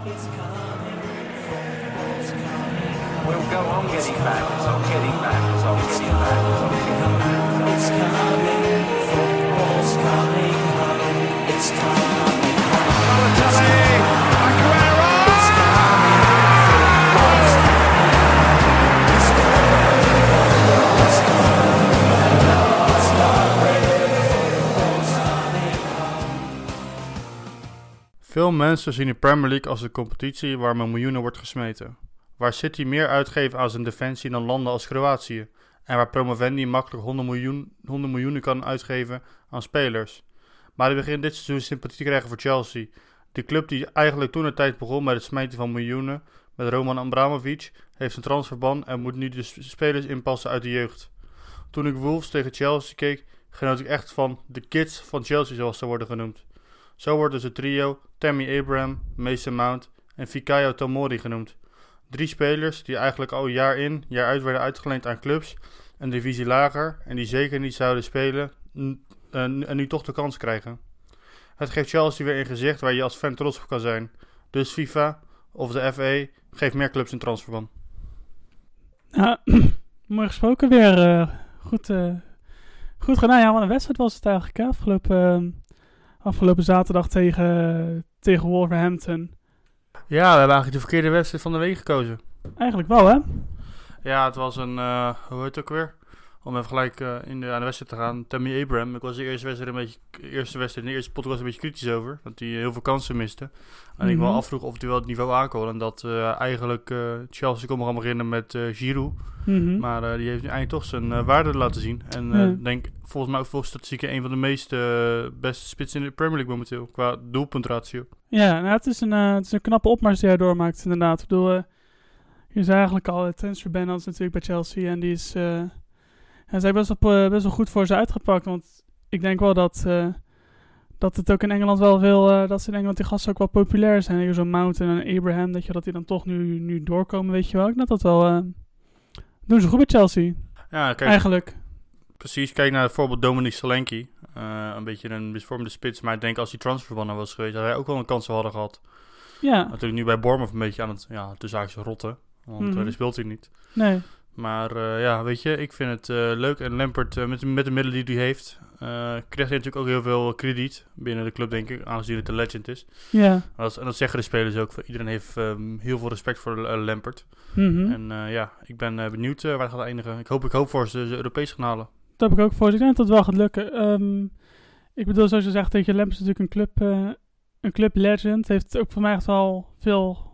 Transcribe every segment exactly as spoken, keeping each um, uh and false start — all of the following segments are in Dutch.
We'll go on getting back, so getting back, so getting back, so getting back. It's coming, football's coming home. It's coming home. Balotelli, Aguero! It's coming, football's coming home. It's coming, it's coming, it's coming, football's coming home. Veel mensen zien de Premier League als een competitie waar met miljoenen wordt gesmeten. Waar City meer uitgeeft aan zijn defensie dan landen als Kroatië. En waar Promovendi makkelijk honderd miljoen, honderd miljoenen kan uitgeven aan spelers. Maar hij begint dit seizoen sympathie te krijgen voor Chelsea. De club die eigenlijk toen de tijd begon met het smijten van miljoenen met Roman Abramovich heeft een transferban en moet nu de spelers inpassen uit de jeugd. Toen ik Wolves tegen Chelsea keek, genoot ik echt van de kids van Chelsea zoals ze worden genoemd. Zo wordt dus het trio Tammy Abraham, Mason Mount en Fikayo Tomori genoemd. Drie spelers die eigenlijk al jaar in, jaar uit werden uitgeleend aan clubs een divisie lager en die zeker niet zouden spelen n- en, en nu toch de kans krijgen. Het geeft Chelsea weer een gezicht waar je als fan trots op kan zijn. Dus FIFA of de F A geeft meer clubs een transferban. Ja, mooi gesproken weer. Uh, goed, uh, goed gedaan. Ja, wat een wedstrijd was het eigenlijk. Hè? Afgelopen, uh, afgelopen zaterdag tegen, tegen Wolverhampton. Ja, we hebben eigenlijk de verkeerde wedstrijd van de week gekozen. Eigenlijk wel, hè? Ja, het was een, uh, hoe heet het ook weer? Om even gelijk uh, in de, aan de wedstrijd te gaan. Tammy Abraham. Ik was de eerste wedstrijd een beetje, eerste wedstrijd, in de eerste podcast een beetje kritisch over. Dat hij heel veel kansen miste. En mm-hmm. ik wel afvroeg of hij wel het niveau aankon. En dat uh, eigenlijk uh, Chelsea kon nog allemaal beginnen met uh, Giroud. Mm-hmm. Maar uh, die heeft nu eigenlijk toch zijn uh, waarde laten zien. En uh, ja. denk volgens mij ook volgens statistieken een van de meest uh, beste spitsen in de Premier League momenteel. Qua doelpuntratio. Ja, nou, het, is een, uh, het is een knappe opmars die hij doormaakt inderdaad. Ik bedoel, uh, je is eigenlijk al het transferban als natuurlijk bij Chelsea. En die is... Uh, En ze hebben best wel, best wel goed voor ze uitgepakt. Want ik denk wel dat, uh, dat het ook in Engeland wel veel... Uh, dat ze in Engeland die gasten ook wel populair zijn. Zo'n Mountain en Abraham. Dat, je, dat die dan toch nu, nu doorkomen, weet je wel. Ik denk dat dat wel... Uh, doen ze goed bij Chelsea. Ja, kijk, eigenlijk. Precies. Kijk naar bijvoorbeeld Dominic Solanke. Uh, een beetje een misvormde spits. Maar ik denk als die transferban was geweest... dat hij ook wel een kans hadden gehad. Ja. Natuurlijk nu bij Bournemouth een beetje aan het... Ja, de zaak is rotten. Want mm-hmm. uh, daar speelt hij niet. Nee. Maar uh, ja, weet je, ik vind het uh, leuk. En Lampard, uh, met, met de middelen die hij heeft, uh, krijgt hij natuurlijk ook heel veel krediet binnen de club, denk ik. Aangezien het een legend is. Ja. Dat, en dat zeggen de spelers ook. Iedereen heeft um, heel veel respect voor uh, Lampard. Mm-hmm. En uh, ja, ik ben uh, benieuwd uh, waar het gaat eindigen. Ik hoop, ik hoop voor ze, ze Europees gaan halen. Dat heb ik ook voor. Ik denk dat het wel gaat lukken. Um, ik bedoel, zoals je zegt, dat je Lampard is natuurlijk een club, uh, een club legend. Heeft ook voor mij echt wel veel...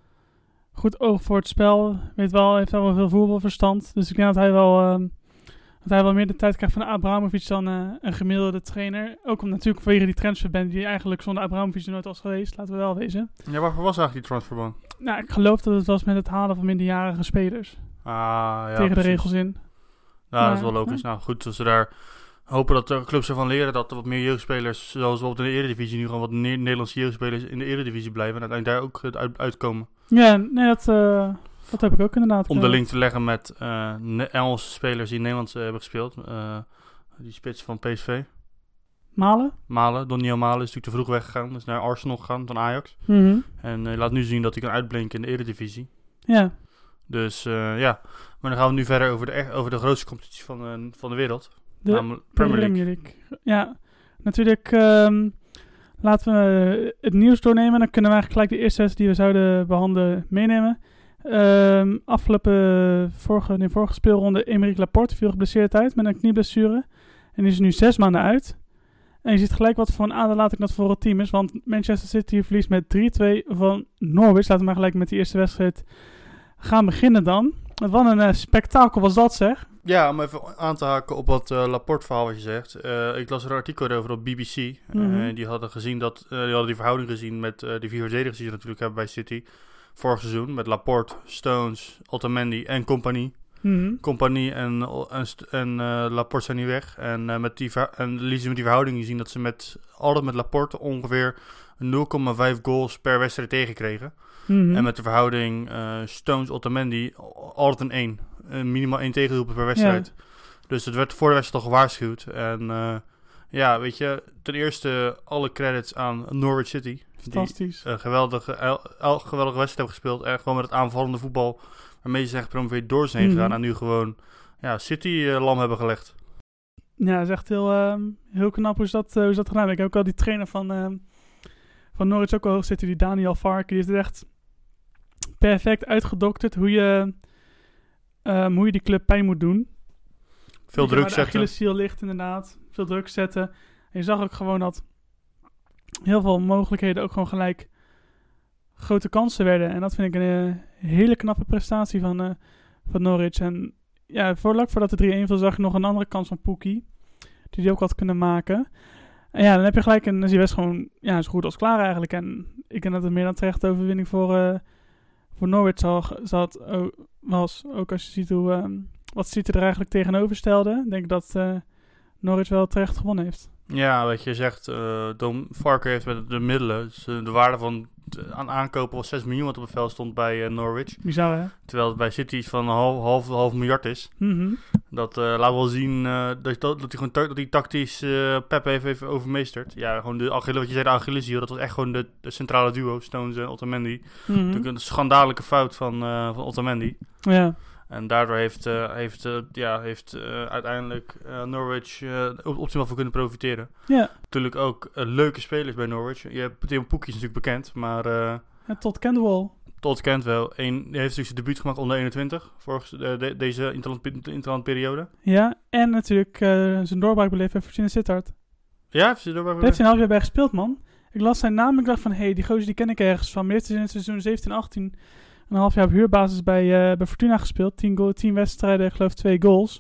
goed oog voor het spel. Weet wel, heeft wel veel voetbalverstand. Dus ik denk dat hij wel, um, dat hij wel meer de tijd krijgt van Abramovich dan uh, een gemiddelde trainer. Ook om natuurlijk vanwege die transferban die eigenlijk zonder Abramovich er nooit was geweest. Laten we wel wezen. Ja, waarvoor was eigenlijk die transferban? Nou, ik geloof dat het was met het halen van minderjarige spelers. Ah, ja. Tegen precies. De regels in. Ja, maar, dat is wel logisch. Ja. Nou goed, als ze daar hopen dat de clubs ervan leren dat er wat meer jeugdspelers, zoals bijvoorbeeld in de Eredivisie, nu gewoon wat ne- Nederlandse jeugdspelers in de Eredivisie blijven en uiteindelijk daar ook uit, uitkomen. Ja, nee, dat, uh, dat heb ik ook inderdaad. Om de link te leggen met uh, ne- Engelse spelers die in Nederland uh, hebben gespeeld. Uh, die spits van P S V. Malen? Malen, Doniel Malen is natuurlijk te vroeg weggegaan. Is naar Arsenal gegaan, van Ajax. Mm-hmm. En uh, laat nu zien dat hij kan uitblinken in de Eredivisie. Ja. Dus uh, ja, maar dan gaan we nu verder over de, over de grootste competitie van, uh, van de wereld. De namelijk Premier League. Premier League. Ja, natuurlijk... Um, laten we het nieuws doornemen. Dan kunnen we eigenlijk gelijk de eerste wedstrijd die we zouden behandelen meenemen. Um, afgelopen vorige, nee, vorige speelronde Aymeric Laporte viel geblesseerd uit met een knieblessure. En die is nu zes maanden uit. En je ziet gelijk wat voor een aderlating dat voor het team is. Want Manchester City verliest met drie twee van Norwich. Laten we maar gelijk met die eerste wedstrijd gaan beginnen dan. Wat een uh, spektakel was dat, zeg. Ja, om even aan te haken op wat uh, Laporte-verhaal wat je zegt. Uh, ik las een artikel erover op B B C. Mm-hmm. Uh, die hadden gezien dat, uh, die hadden die verhouding gezien met uh, die vier verdedigers die ze natuurlijk hebben bij City. Vorig seizoen met Laporte, Stones, Otamendi en compagnie. Mm-hmm. Compagnie en, en, en uh, Laporte zijn nu weg. En, uh, met die ver- en lieten ze met die verhouding gezien dat ze met, altijd met Laporte ongeveer nul komma vijf goals per wedstrijd tegenkregen. Mm-hmm. En met de verhouding uh, Stones, Otamendi altijd een één. Uh, minimaal één tegendoelpunt per wedstrijd. Ja. Dus het werd voor de wedstrijd al gewaarschuwd. En uh, Ja, weet je, ten eerste alle credits aan Norwich City. Fantastisch. Die een geweldige, el, el, geweldige wedstrijd hebben gespeeld. En gewoon met het aanvallende voetbal waarmee ze zijn gepromoveerd door zijn heen Mhm. gegaan. En nu gewoon ja, City uh, lam hebben gelegd. Ja, dat is echt heel, ehm, heel knap hoe ze dat, uh, hoe ze dat gedaan hebben. Ik heb ook al die trainer van, ehm, van Norwich ook al hoog zitten, die Daniel Farke. Die heeft het echt perfect uitgedokterd hoe je, um, hoe je die club pijn moet doen. Veel druk zetten. zetten. Achilleshiel ligt inderdaad. Veel druk zetten. En je zag ook gewoon dat heel veel mogelijkheden ook gewoon gelijk grote kansen werden. En dat vind ik een uh, hele knappe prestatie van, uh, van Norwich. En ja, vlak voordat de drie-een viel zag ik nog een andere kans van Pukki. Die die ook had kunnen maken. En ja, dan heb je gelijk een, dan is die wedstrijd gewoon ja, zo goed als klaar eigenlijk. En ik denk dat het meer dan terecht overwinning voor, uh, voor Norwich zat, zat, oh, was. Ook als je ziet hoe, um, wat City er eigenlijk tegenover stelde. Ik denk dat uh, Norwich wel terecht gewonnen heeft. Ja, wat je zegt, uh, Dom Farke heeft met de middelen. Dus, uh, de waarde van t- aan aankopen was zes miljoen wat op het veld stond bij uh, Norwich. Bizar, hè? Terwijl het bij City iets van een half, half, half miljard is. Mm-hmm. Dat uh, laat wel zien uh, dat, dat, dat hij gewoon ta- dat hij tactisch uh, Pep heeft even overmeesterd. Ja, gewoon de Achille, wat je zei, de Achilleshiel, dat was echt gewoon de, de centrale duo, Stones en Otamendi. Mm-hmm. Natuurlijk een schandelijke fout van, uh, van Otamendi. Ja. En daardoor heeft, uh, heeft, uh, ja, heeft uh, uiteindelijk uh, Norwich uh, op, optimaal voor kunnen profiteren. Ja. Natuurlijk ook uh, leuke spelers bij Norwich. Je hebt Theo Pukki is natuurlijk bekend, maar uh, En Todd Cantwell. Todd kent wel. Een, die heeft natuurlijk zijn debuut gemaakt onder eenentwintig, vorig, uh, de, deze interland, interlandperiode. Ja, en natuurlijk uh, zijn doorbraak beleefd bij Fortuna Sittard. Ja, heeft ze er Daar heeft hij een half jaar bij gespeeld, man. Ik las zijn naam en ik dacht van, hé, hey, die gozer die ken ik ergens van. Maar dit is in het seizoen zeventien achttien een half jaar op huurbasis bij, uh, bij Fortuna gespeeld. tien, goal, tien wedstrijden, ik geloof twee goals.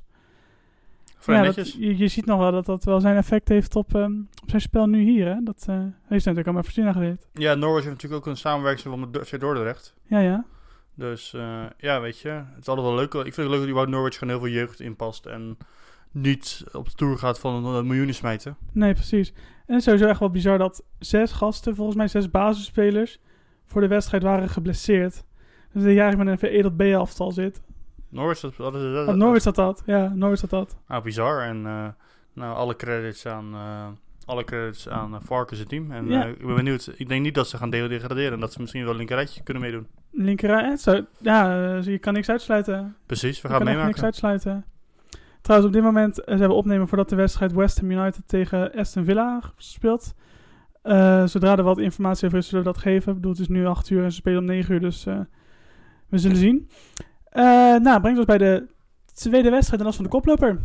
Vrij ja, netjes. dat, je, je ziet nog wel dat dat wel zijn effect heeft op, um, op zijn spel nu hier. Hè? Dat uh, heeft natuurlijk al bij Fortuna geleerd. Ja, Norwich heeft natuurlijk ook een samenwerking met F C Dordrecht. Ja, ja. Dus uh, ja, weet je, het is altijd wel leuk. Ik vind het leuk dat die Wout Norwich gewoon heel veel jeugd inpast en niet op de tour gaat van een miljoenen smijten. Nee, precies. En het is sowieso echt wel bizar dat zes gasten, volgens mij zes basisspelers, voor de wedstrijd waren geblesseerd. Dus dat je eigenlijk met een veredeld B-elftal zit. Norwich, dat, dat, dat, dat, Oh, Norwich dat dat. Ja, Norwich dat dat. Nou, bizar. En uh, nou, alle credits aan, uh, alle credits aan uh, Varkens team. En Ja. uh, ik ben benieuwd. Ik denk niet dat ze gaan degraderen en dat ze misschien wel een linkerrijtje kunnen meedoen. Linkerrij, zo, ja, uh, je kan niks uitsluiten. Precies, we Je gaan kan echt meemaken. niks uitsluiten. Trouwens, op dit moment uh, zijn we opnemen voordat de wedstrijd West Ham United tegen Aston Villa speelt. Uh, zodra er wat informatie over is, zullen we dat geven. Ik bedoel, het is nu acht uur en ze spelen om negen uur, dus uh, we zullen zien. Uh, nou, brengt ons bij de tweede wedstrijd en dat is van de koploper.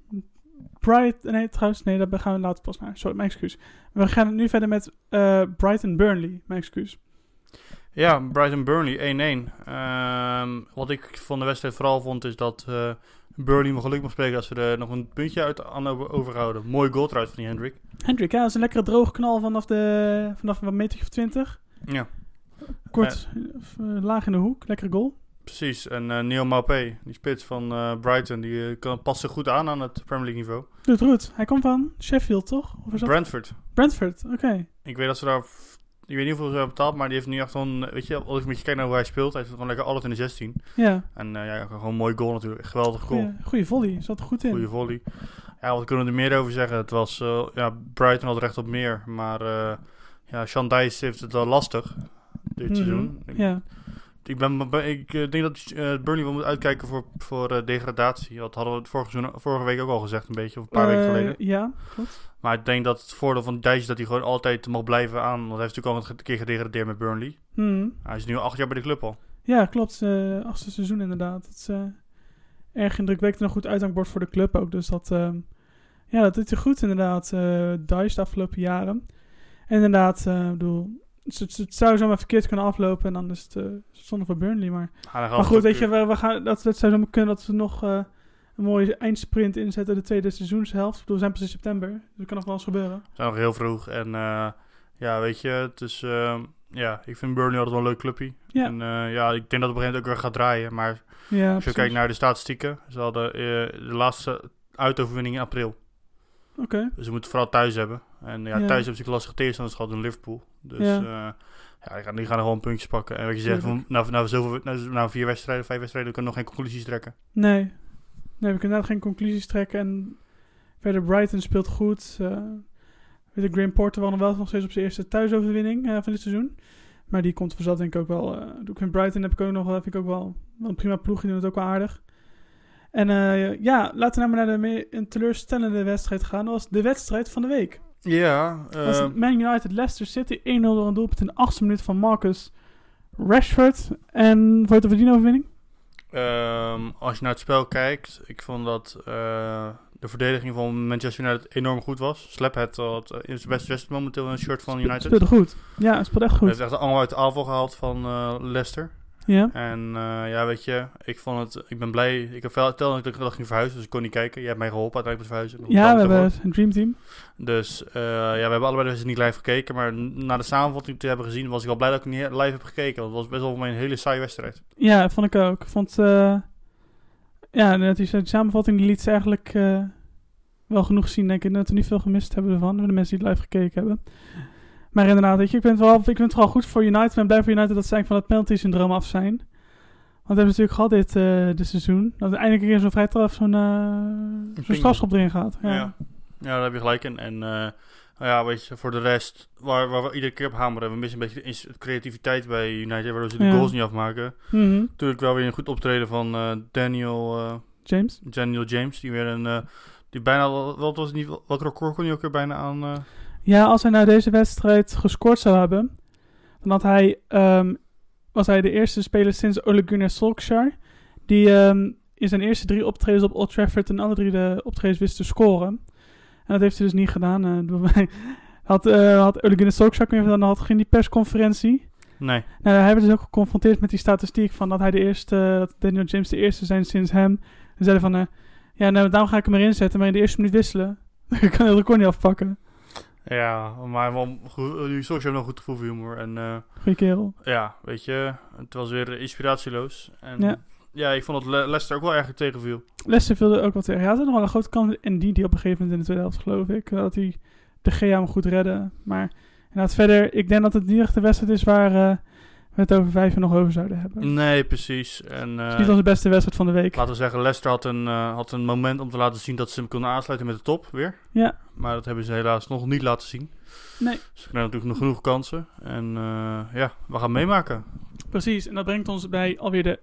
Bright, nee, trouwens, nee, daar gaan we later pas naar. Sorry, mijn excuus. We gaan nu verder met uh, Brighton-Burnley, mijn excuus. Ja, Brighton-Burnley één-één. Um, wat ik van de wedstrijd vooral vond is dat uh, Burnley me geluk mag spreken dat ze er nog een puntje uit aan over- overhouden. Mooi goal trouwens van die Hendrik. Hendrik, ja, dat is een lekkere droge knal vanaf, de, vanaf een metertje of twintig. Ja, Kort, uh, laag in de hoek, lekkere goal. precies. En uh, Neil Maupay, die spits van uh, Brighton, die uh, kan, past zich goed aan aan het Premier League niveau. Doet goed. Hij komt van Sheffield, toch? Of is dat? Brentford. Brentford, oké. Okay. Ik weet dat ze daar... Ik weet niet hoeveel ze hebben betaald, maar die heeft nu echt gewoon... Weet je, als ik een beetje kijk naar hoe hij speelt, hij heeft gewoon lekker alles in de zestien. Ja, En uh, ja, gewoon een mooi goal natuurlijk. Geweldig goal. goeie, goeie volley. Zat er goed in. Goeie volley. Ja, wat kunnen we er meer over zeggen? Het was... Uh, ja, Brighton had recht op meer. Maar uh, ja, Sean Dice heeft het wel lastig dit Mhm, seizoen. Ik, Ja, ik, ben, ik uh, denk dat uh, Burnley wel moet uitkijken voor, voor uh, degradatie. Dat hadden we het vorige, seizoen, vorige week ook al gezegd, een beetje. Of een paar Uh, weken geleden. Ja, goed. Maar ik denk dat het voordeel van Dice is dat hij gewoon altijd mag blijven aan. Want hij heeft natuurlijk al een keer gedegradeerd met Burnley. Hmm. Hij is nu al acht jaar bij de club al. Ja, klopt. Uh, achtste seizoen inderdaad. Het is uh, erg indrukwekkend en een goed uithangbord voor de club ook. Dus dat, uh, ja, dat doet hij goed inderdaad. Uh, Dice de afgelopen jaren. En inderdaad, uh, ik bedoel... Het, het, het zou zomaar verkeerd kunnen aflopen en dan is het uh, zonde voor Burnley. Maar, Ja, maar goed, weet je, we, we gaan, dat, dat zou zomaar kunnen dat we nog uh, een mooie eindsprint inzetten de tweede seizoenshelft. Ik bedoel, we zijn pas in september, dus dat kan nog wel eens gebeuren. We zijn nog heel vroeg. En uh, ja, weet je, het is... Uh, ja, ik vind Burnley altijd wel een leuk clubje. Ja. En uh, ja, ik denk dat het op een gegeven moment ook weer gaat draaien. Maar Ja, als je kijkt naar de statistieken, ze hadden uh, de laatste uitoverwinning in april. Oké. Okay. Dus ze moeten vooral thuis hebben. En ja, Ja. thuis hebben ze natuurlijk lastige tegenstanders gehad in Liverpool. Dus Ja. ja, uh, ja die, gaan, die gaan er gewoon puntjes pakken. En wat je zegt, van, nou, nou, zoveel, nou, nou vier wedstrijden, vijf wedstrijden, kunnen we nog geen conclusies trekken. Nee. Nee, we kunnen daar geen conclusies trekken. En Verder Brighton speelt goed. Uh, weet ik, Graham Porter wel nog wel nog steeds op zijn eerste thuisoverwinning uh, van dit seizoen. Maar die komt vanzelf denk ik ook wel. Uh, ik vind Brighton heb ik ook nog wel, vind ik ook wel, wel een prima ploeg. Die doen het ook wel aardig. En uh, ja, laten we nou maar naar de meer een teleurstellende wedstrijd gaan. Dat was de wedstrijd van de week. Ja. Dat was Uh, Man United Leicester City één nul door een doelpunt in de achtste minuut van Marcus Rashford. En vond je het een verdiende overwinning? um, als je naar het spel kijkt, ik vond dat uh, de verdediging van Manchester United enorm goed was. Slap had, had uh, in zijn beste wedstrijd momenteel een shirt van United. Speelde goed. Ja, het speelde echt goed. Hij heeft echt allemaal uit de aanval gehaald van uh, Leicester. Ja. En uh, ja, weet je, ik vond het, ik ben blij. Ik heb wel tel dat ik dat ging verhuizen, dus ik kon niet kijken. Jij hebt mij geholpen uiteindelijk met verhuizen. Ja, we hebben een Dream Team. Dus uh, ja, we hebben allebei dus niet live gekeken. Maar na de samenvatting te hebben gezien, was ik wel blij dat ik niet live heb gekeken. Want het was best wel voor mij een hele saaie wedstrijd. Ja, vond ik ook. Ik vond, uh, ja, die, die samenvatting die liet ze eigenlijk uh, wel genoeg zien, denk ik. Dat we niet veel gemist hebben ervan, voor de mensen die het live gekeken hebben. Maar inderdaad, weet je, ik vind het wel, ik vind het vooral goed voor United. Ik ben blij voor United dat ze eigenlijk van het penalty-syndroom af zijn. Want we hebben natuurlijk gehad dit, uh, dit seizoen. Dat er eindelijk een keer zo'n vrij trap, zo'n, uh, zo'n strafschop erin gaat. Ja. Ja. ja, daar heb je gelijk in. En uh, ja, weet je, voor de rest, waar, waar we iedere keer op hameren, we missen een beetje de creativiteit bij United, waardoor ze de Ja. goals niet afmaken. Mm-hmm. Natuurlijk wel weer een goed optreden van uh, Daniel, uh, James? Daniel James, die weer een, uh, die bijna, wat was het niet, welk record kon hij ook weer bijna aan... Uh, Ja, als hij nou deze wedstrijd gescoord zou hebben, dan had hij, um, was hij de eerste speler sinds Ole Gunnar Solskjaer, die um, in zijn eerste drie optredens op Old Trafford en alle drie de optredens wist te scoren. En dat heeft hij dus niet gedaan. Uh, had, uh, had Ole Gunnar Solskjaer, dan had geen die persconferentie. nee. Nou, hij werd dus ook geconfronteerd met die statistiek van dat hij de eerste, dat Daniel James de eerste zijn sinds hem. En zeiden van, uh, ja, nou, daarom ga ik hem erin zetten, maar in de eerste minuut wisselen. Dan kan hij het record niet afpakken. Ja, maar wel, jullie Solskjaer hebben nog goed gevoel voor humor. En uh, Goeie kerel. ja, weet je, het was weer inspiratieloos. En Ja. ja, ik vond dat Le- Leicester ook wel eigenlijk tegenviel. Leicester viel er ook wat tegen. Ja, ze had nog wel een grote kans. En die, die op een gegeven moment in de tweede helft, geloof ik. Dat hij de G A hem goed redden. Maar inderdaad verder, ik denk dat het niet echt de wedstrijd is waar uh, we het over vijf jaar nog over zouden hebben. Nee, precies. En, uh, Het is niet onze beste wedstrijd van de week. laten we zeggen, Leicester had een, uh, had een moment om te laten zien dat ze hem konden aansluiten met de top weer. Ja. Maar dat hebben ze helaas nog niet laten zien. Nee. Ze krijgen natuurlijk nog genoeg kansen. En uh, ja, we gaan meemaken. Precies. En dat brengt ons bij alweer de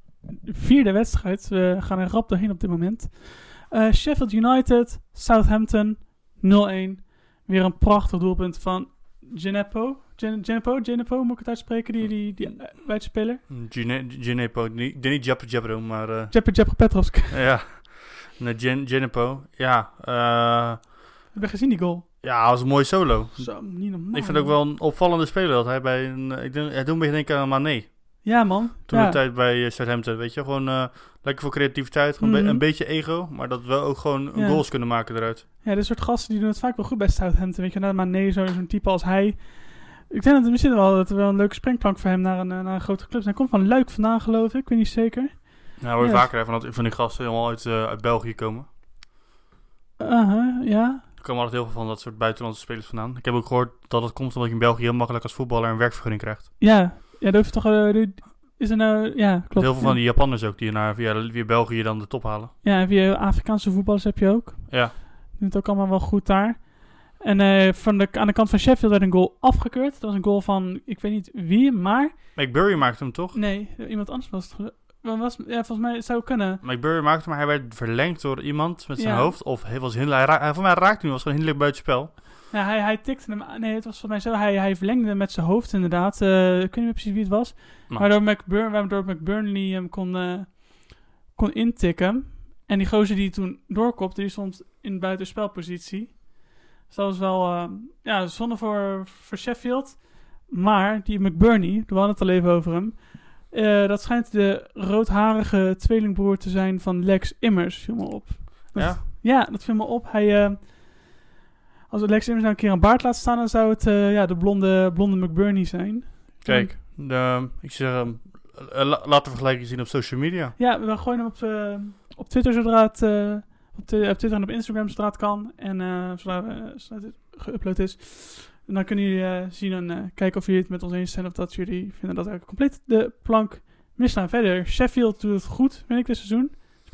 vierde wedstrijd. We gaan er rap doorheen op dit moment. Uh, Sheffield United, Southampton, nul-een. Weer een prachtig doelpunt van Djenepo. Gen- Djenepo, Djenepo, moet ik het uitspreken? Die, die, die uh, buitenspeler. Ginepo, niet Jabba Jabba, maar... Uh, Jeppe Jeppe Petrovsk. ja, nee, Ginepo. Ja, uh, Heb je gezien die goal? ja, dat was een mooie solo. Zo, niet normaal. Ik vind het ook wel een opvallende speler dat hij bij een... Ik denk, hij doet een beetje denken aan Mané. Ja, man. Toen ja. de tijd bij uh, Southampton, weet je. Gewoon uh, lekker voor creativiteit. Gewoon Mm-hmm. be- een beetje ego. Maar dat we ook gewoon Ja. goals kunnen maken eruit. Ja, dit soort gasten die doen het vaak wel goed bij Southampton. Weet je, nou, Mané, zo, zo'n type als hij. Ik denk dat het misschien wel, dat er wel een leuke springplank voor hem naar een, naar een grote club is. Hij komt van Luik vandaan, geloof ik. Ik weet niet zeker. Nou, hoor je Ja. vaker hè, van, dat, van die gasten helemaal uit, uh, uit België komen. Uh-huh, ja. Er komen altijd heel veel van dat soort buitenlandse spelers vandaan. Ik heb ook gehoord dat het komt omdat je in België heel makkelijk als voetballer een werkvergunning krijgt. Ja, ja, dat hoeft toch... Uh, die- is er nou... Ja, klopt. Heel veel van die Japanners ook die naar, via, via België dan de top halen. Ja, en via Afrikaanse voetballers heb je ook. Ja. Die doen het ook allemaal wel goed daar. En uh, van de, aan de kant van Sheffield werd een goal afgekeurd. Dat was een goal van, ik weet niet wie, maar... McBurry maakte hem toch? Nee, iemand anders was het. Was, ja, volgens mij zou het kunnen. McBurry maakte hem, maar hij werd verlengd door iemand met zijn Ja. hoofd. Of hij was heel, hij ra- voor mij raakte hij, was gewoon hinderlijk buitenspel. Ja, hij, hij tikte hem aan. Nee, het was volgens mij zo. Hij, hij verlengde hem met zijn hoofd inderdaad. Uh, ik weet niet meer precies wie het was. Maar- Waardoor, McBurn, waardoor McBurnley hem kon, uh, kon intikken. En die gozer die toen doorkopte, die stond in buitenspelpositie. Dus dat was wel uh, ja, zonde voor, voor Sheffield. Maar die McBurney, we hadden het al even over hem. Uh, dat schijnt de roodharige tweelingbroer te zijn van Lex Immers. Viel me op. Dat, Ja? Ja, dat viel me op. Hij... Uh, Als Lex Immers nou een keer een baard laat staan, dan zou het uh, ja, de blonde, blonde McBurney zijn. Kijk, de, ik zeg, um, la, laat de vergelijking zien op social media. Ja, we gooien hem op, uh, op Twitter zodra het, uh, op, de, op Twitter en op Instagram zodra het kan. En uh, zodra, we, zodra het geüpload is. En dan kunnen jullie uh, zien en uh, kijken of jullie het met ons eens zijn. Of dat jullie vinden dat eigenlijk compleet de plank misslaan. Verder, Sheffield doet het goed, vind ik, dit seizoen. Spelen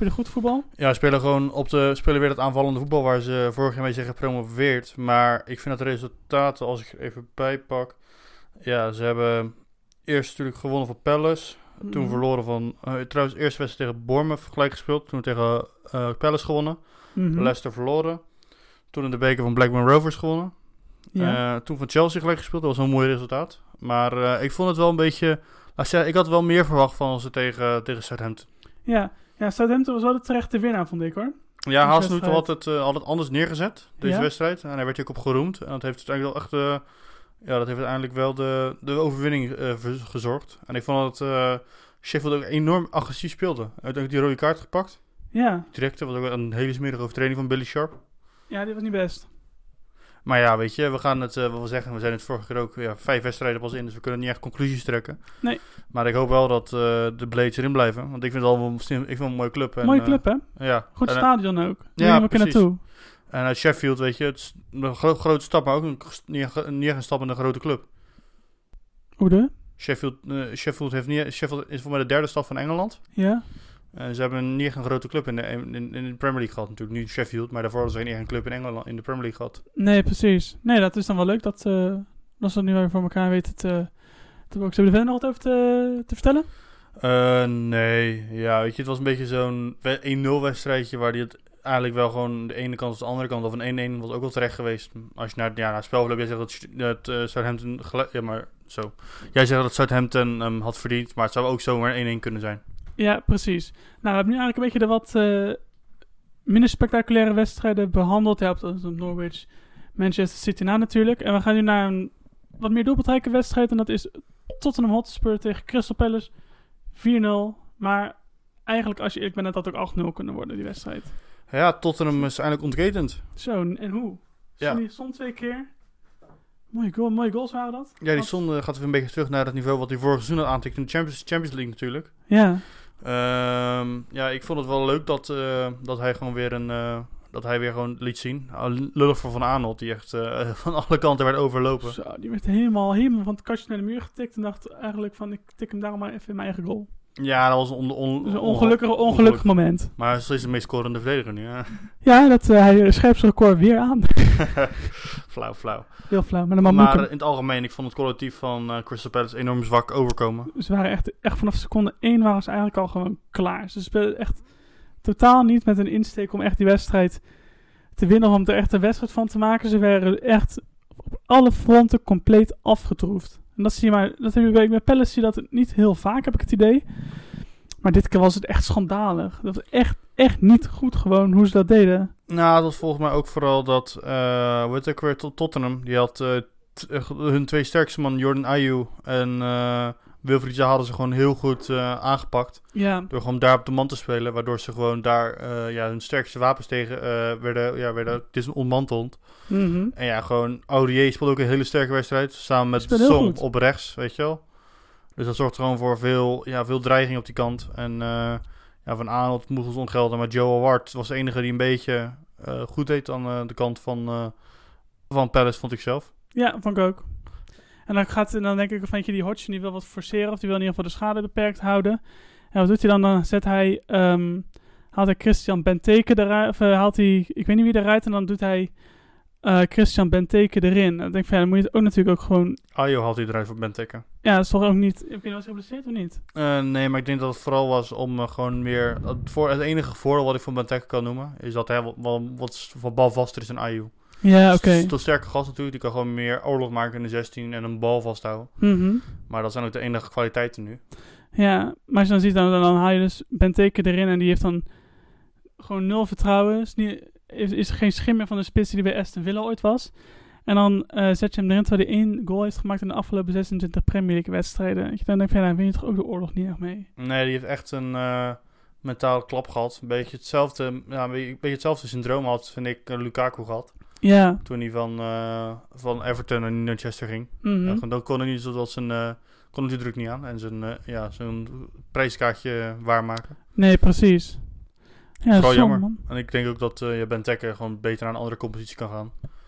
Spelen goed voetbal? Ja, spelen gewoon op de spelen weer het aanvallende voetbal waar ze vorig jaar mee zijn gepromoveerd. Maar ik vind dat de resultaten, als ik er even bijpak. Ja, ze hebben eerst natuurlijk gewonnen van Palace. Toen Mhm. verloren van... Uh, trouwens, eerst wedstrijd tegen Bournemouth gelijk gespeeld. Toen tegen uh, Palace gewonnen. Mhm. Leicester verloren. Toen in de beker van Blackburn Rovers gewonnen. Ja. Uh, toen van Chelsea gelijk gespeeld. Dat was een mooi resultaat. Maar uh, ik vond het wel een beetje... Laat ik zeggen, ik had wel meer verwacht van ze tegen, tegen Southampton. ja. Ja, Southampton was wel de terechte winnaar, vond ik hoor. Ja, Haasnoot wedstrijd. had het, uh, had het anders neergezet, deze Ja? wedstrijd. En hij werd hier ook op geroemd. En dat heeft uiteindelijk wel echt... Uh, ja, dat heeft uiteindelijk wel de, de overwinning uh, ver- gezorgd. En ik vond dat uh, Sheffield ook enorm agressief speelde. Uiteindelijk die rode kaart gepakt. Ja. Direct, dat was ook een hele smerige overtreding van Billy Sharp. Ja, die was niet best. Maar ja, weet je, we gaan het uh, wel zeggen. We zijn het vorige keer ook ja, vijf wedstrijden pas in, dus we kunnen niet echt conclusies trekken. Nee. Maar ik hoop wel dat uh, de Blades erin blijven. Want ik vind het al wel, ik vind het een mooie club. En, Mooie club, hè? uh, ja. Goed en, uh, stadion ook. ja, Ja, we kunnen precies. naartoe. En uit Sheffield, weet je, het is een gro- grote stap, maar ook een, niet, niet echt een stap in een grote club. Hoe de? Sheffield, uh, Sheffield, heeft niet, Sheffield is voor mij de derde stad van Engeland. Ja. En ze hebben niet echt een grote club in de, in, in de Premier League gehad natuurlijk. Nu Sheffield, maar daarvoor hadden ze geen echt een club in Engeland in de Premier League gehad. Nee, precies. Nee, dat is dan wel leuk dat, uh, dat ze dat nu weer voor elkaar weten te, te boxen. Hebben we er verder nog wat over te, te vertellen? Uh, nee, ja, weet je, het was een beetje zo'n één nul wedstrijdje waar die het eigenlijk wel gewoon de ene kant of de andere kant, of een één één was ook wel terecht geweest. Als je naar, ja, naar het spelverloop, jij zegt dat, dat uh, Southampton, gele- ja maar zo. Jij zegt dat Southampton um, had verdiend, maar het zou ook zomaar één één kunnen zijn. Ja, precies. Nou, we hebben nu eigenlijk een beetje de wat uh, minder spectaculaire wedstrijden behandeld. Ja, op de Norwich, Manchester City na natuurlijk. En we gaan nu naar een wat meer doelpuntrijke wedstrijd. En dat is Tottenham Hotspur tegen Crystal Palace. vier nul. Maar eigenlijk, als je eerlijk bent, had dat ook acht nul kunnen worden, die wedstrijd. Ja, Tottenham is eindelijk ontketend. Zo, en hoe? Ja. Sonny stond twee keer. Mooie, goal, mooie goals waren dat. Ja, die Wat- zonde gaat weer een beetje terug naar het niveau wat hij vorig seizoen had aantikt in de Champions, Champions League natuurlijk. Ja, Um, ja, ik vond het wel leuk dat, uh, dat hij gewoon weer een uh, dat hij weer gewoon liet zien. Uh, lullig voor Van Aanholt, die echt uh, van alle kanten werd overlopen. zo, die werd helemaal, helemaal van het kastje naar de muur getikt. En dacht eigenlijk van, ik tik hem daarom maar even in mijn eigen goal. Ja, dat was een on, on, Dus een on- ongelukkig, ongelukkig moment. Maar hij is steeds de meest scorende verdediger nu. Ja. Ja, dat, uh, hij scherpt zijn record weer aan. flauw, flauw. Heel flauw, maar dan maar Maar moet uh, hem. in het algemeen, ik vond het collectief van uh, Crystal Palace enorm zwak overkomen. Ze waren echt, echt vanaf seconde één waren ze eigenlijk al gewoon klaar. Ze speelden echt totaal niet met een insteek om echt die wedstrijd te winnen. Of om er echt een wedstrijd van te maken. Ze werden echt op alle fronten compleet afgetroefd. En dat zie je maar, dat heb je bij, bij Palace zie je dat niet heel vaak, heb ik het idee. Maar dit keer was het echt schandalig. Dat was echt, echt niet goed gewoon hoe ze dat deden. Nou, dat was volgens mij ook vooral dat, uh, hoe heet het ook weer, Tot- Tottenham, die had uh, t- uh, hun twee sterkste man, Jordan Ayew en uh, Wilfried Zaha, hadden ze gewoon heel goed uh, aangepakt. Ja, Door gewoon daar op de man te spelen, waardoor ze gewoon daar uh, ja, hun sterkste wapens tegen uh, werden, ja, werden dis- ontmanteld. mhm. En ja, gewoon Aurier speelde ook een hele sterke wedstrijd, samen met Speelde heel Song goed. op rechts, weet je wel. Dus dat zorgt gewoon voor veel, ja, veel dreiging op die kant. En uh, ja, Van Aanholt moest ons ontgelden, maar Joe Hart was de enige die een beetje uh, goed deed aan uh, de kant van, uh, van Palace, vond ik zelf. Ja, vond ik ook. En dan, gaat, dan denk ik van, weet je, die Hodgson die wil wat forceren. Of die wil in ieder geval de schade beperkt houden. En wat doet hij dan? Dan zet hij, um, haalt hij Christian Benteke eruit. Of uh, haalt hij, ik weet niet wie eruit. En dan doet hij uh, Christian Benteke erin. En dan denk ik van, ja, dan moet je het ook natuurlijk ook gewoon... Ayew had hij eruit voor Benteke. Ja, dat is toch ook niet... Heb je nou eens geblesseerd of niet? Uh, nee, maar ik denk dat het vooral was om uh, gewoon meer... Het, voor, het enige voordeel wat ik van Benteke kan noemen, is dat hij wat, wat, wat, wat balvaster is dan Ayew. Ja, oké. Het is een sterke gast natuurlijk, die kan gewoon meer oorlog maken in de zestien en een bal vasthouden. Mhm. Maar dat zijn ook de enige kwaliteiten nu. Ja, maar als je dan ziet, dan, dan haal je dus Benteke erin en die heeft dan gewoon nul vertrouwen. Is, niet, is, is er geen schim meer van de spits die bij Aston Villa ooit was. En dan uh, zet je hem erin terwijl hij één goal heeft gemaakt in de afgelopen zesentwintig Premier League wedstrijden. Dat je dan denkt van, ja, dan win je toch ook de oorlog niet echt mee. Nee, die heeft echt een uh, mentale klap gehad. Een beetje hetzelfde, ja, een beetje hetzelfde syndroom had, vind ik, uh, Lukaku gehad. Ja. Toen hij van, uh, van Everton naar Manchester ging. Mm-hmm. Ja, dan kon hij niet zodat zijn... Uh, kon hij druk niet aan en zijn, uh, ja, zijn prijskaartje waarmaken. Nee, precies. Ja, Vooral zonde, jammer. man. En ik denk ook dat uh, je Benteke gewoon beter naar een andere compositie kan gaan.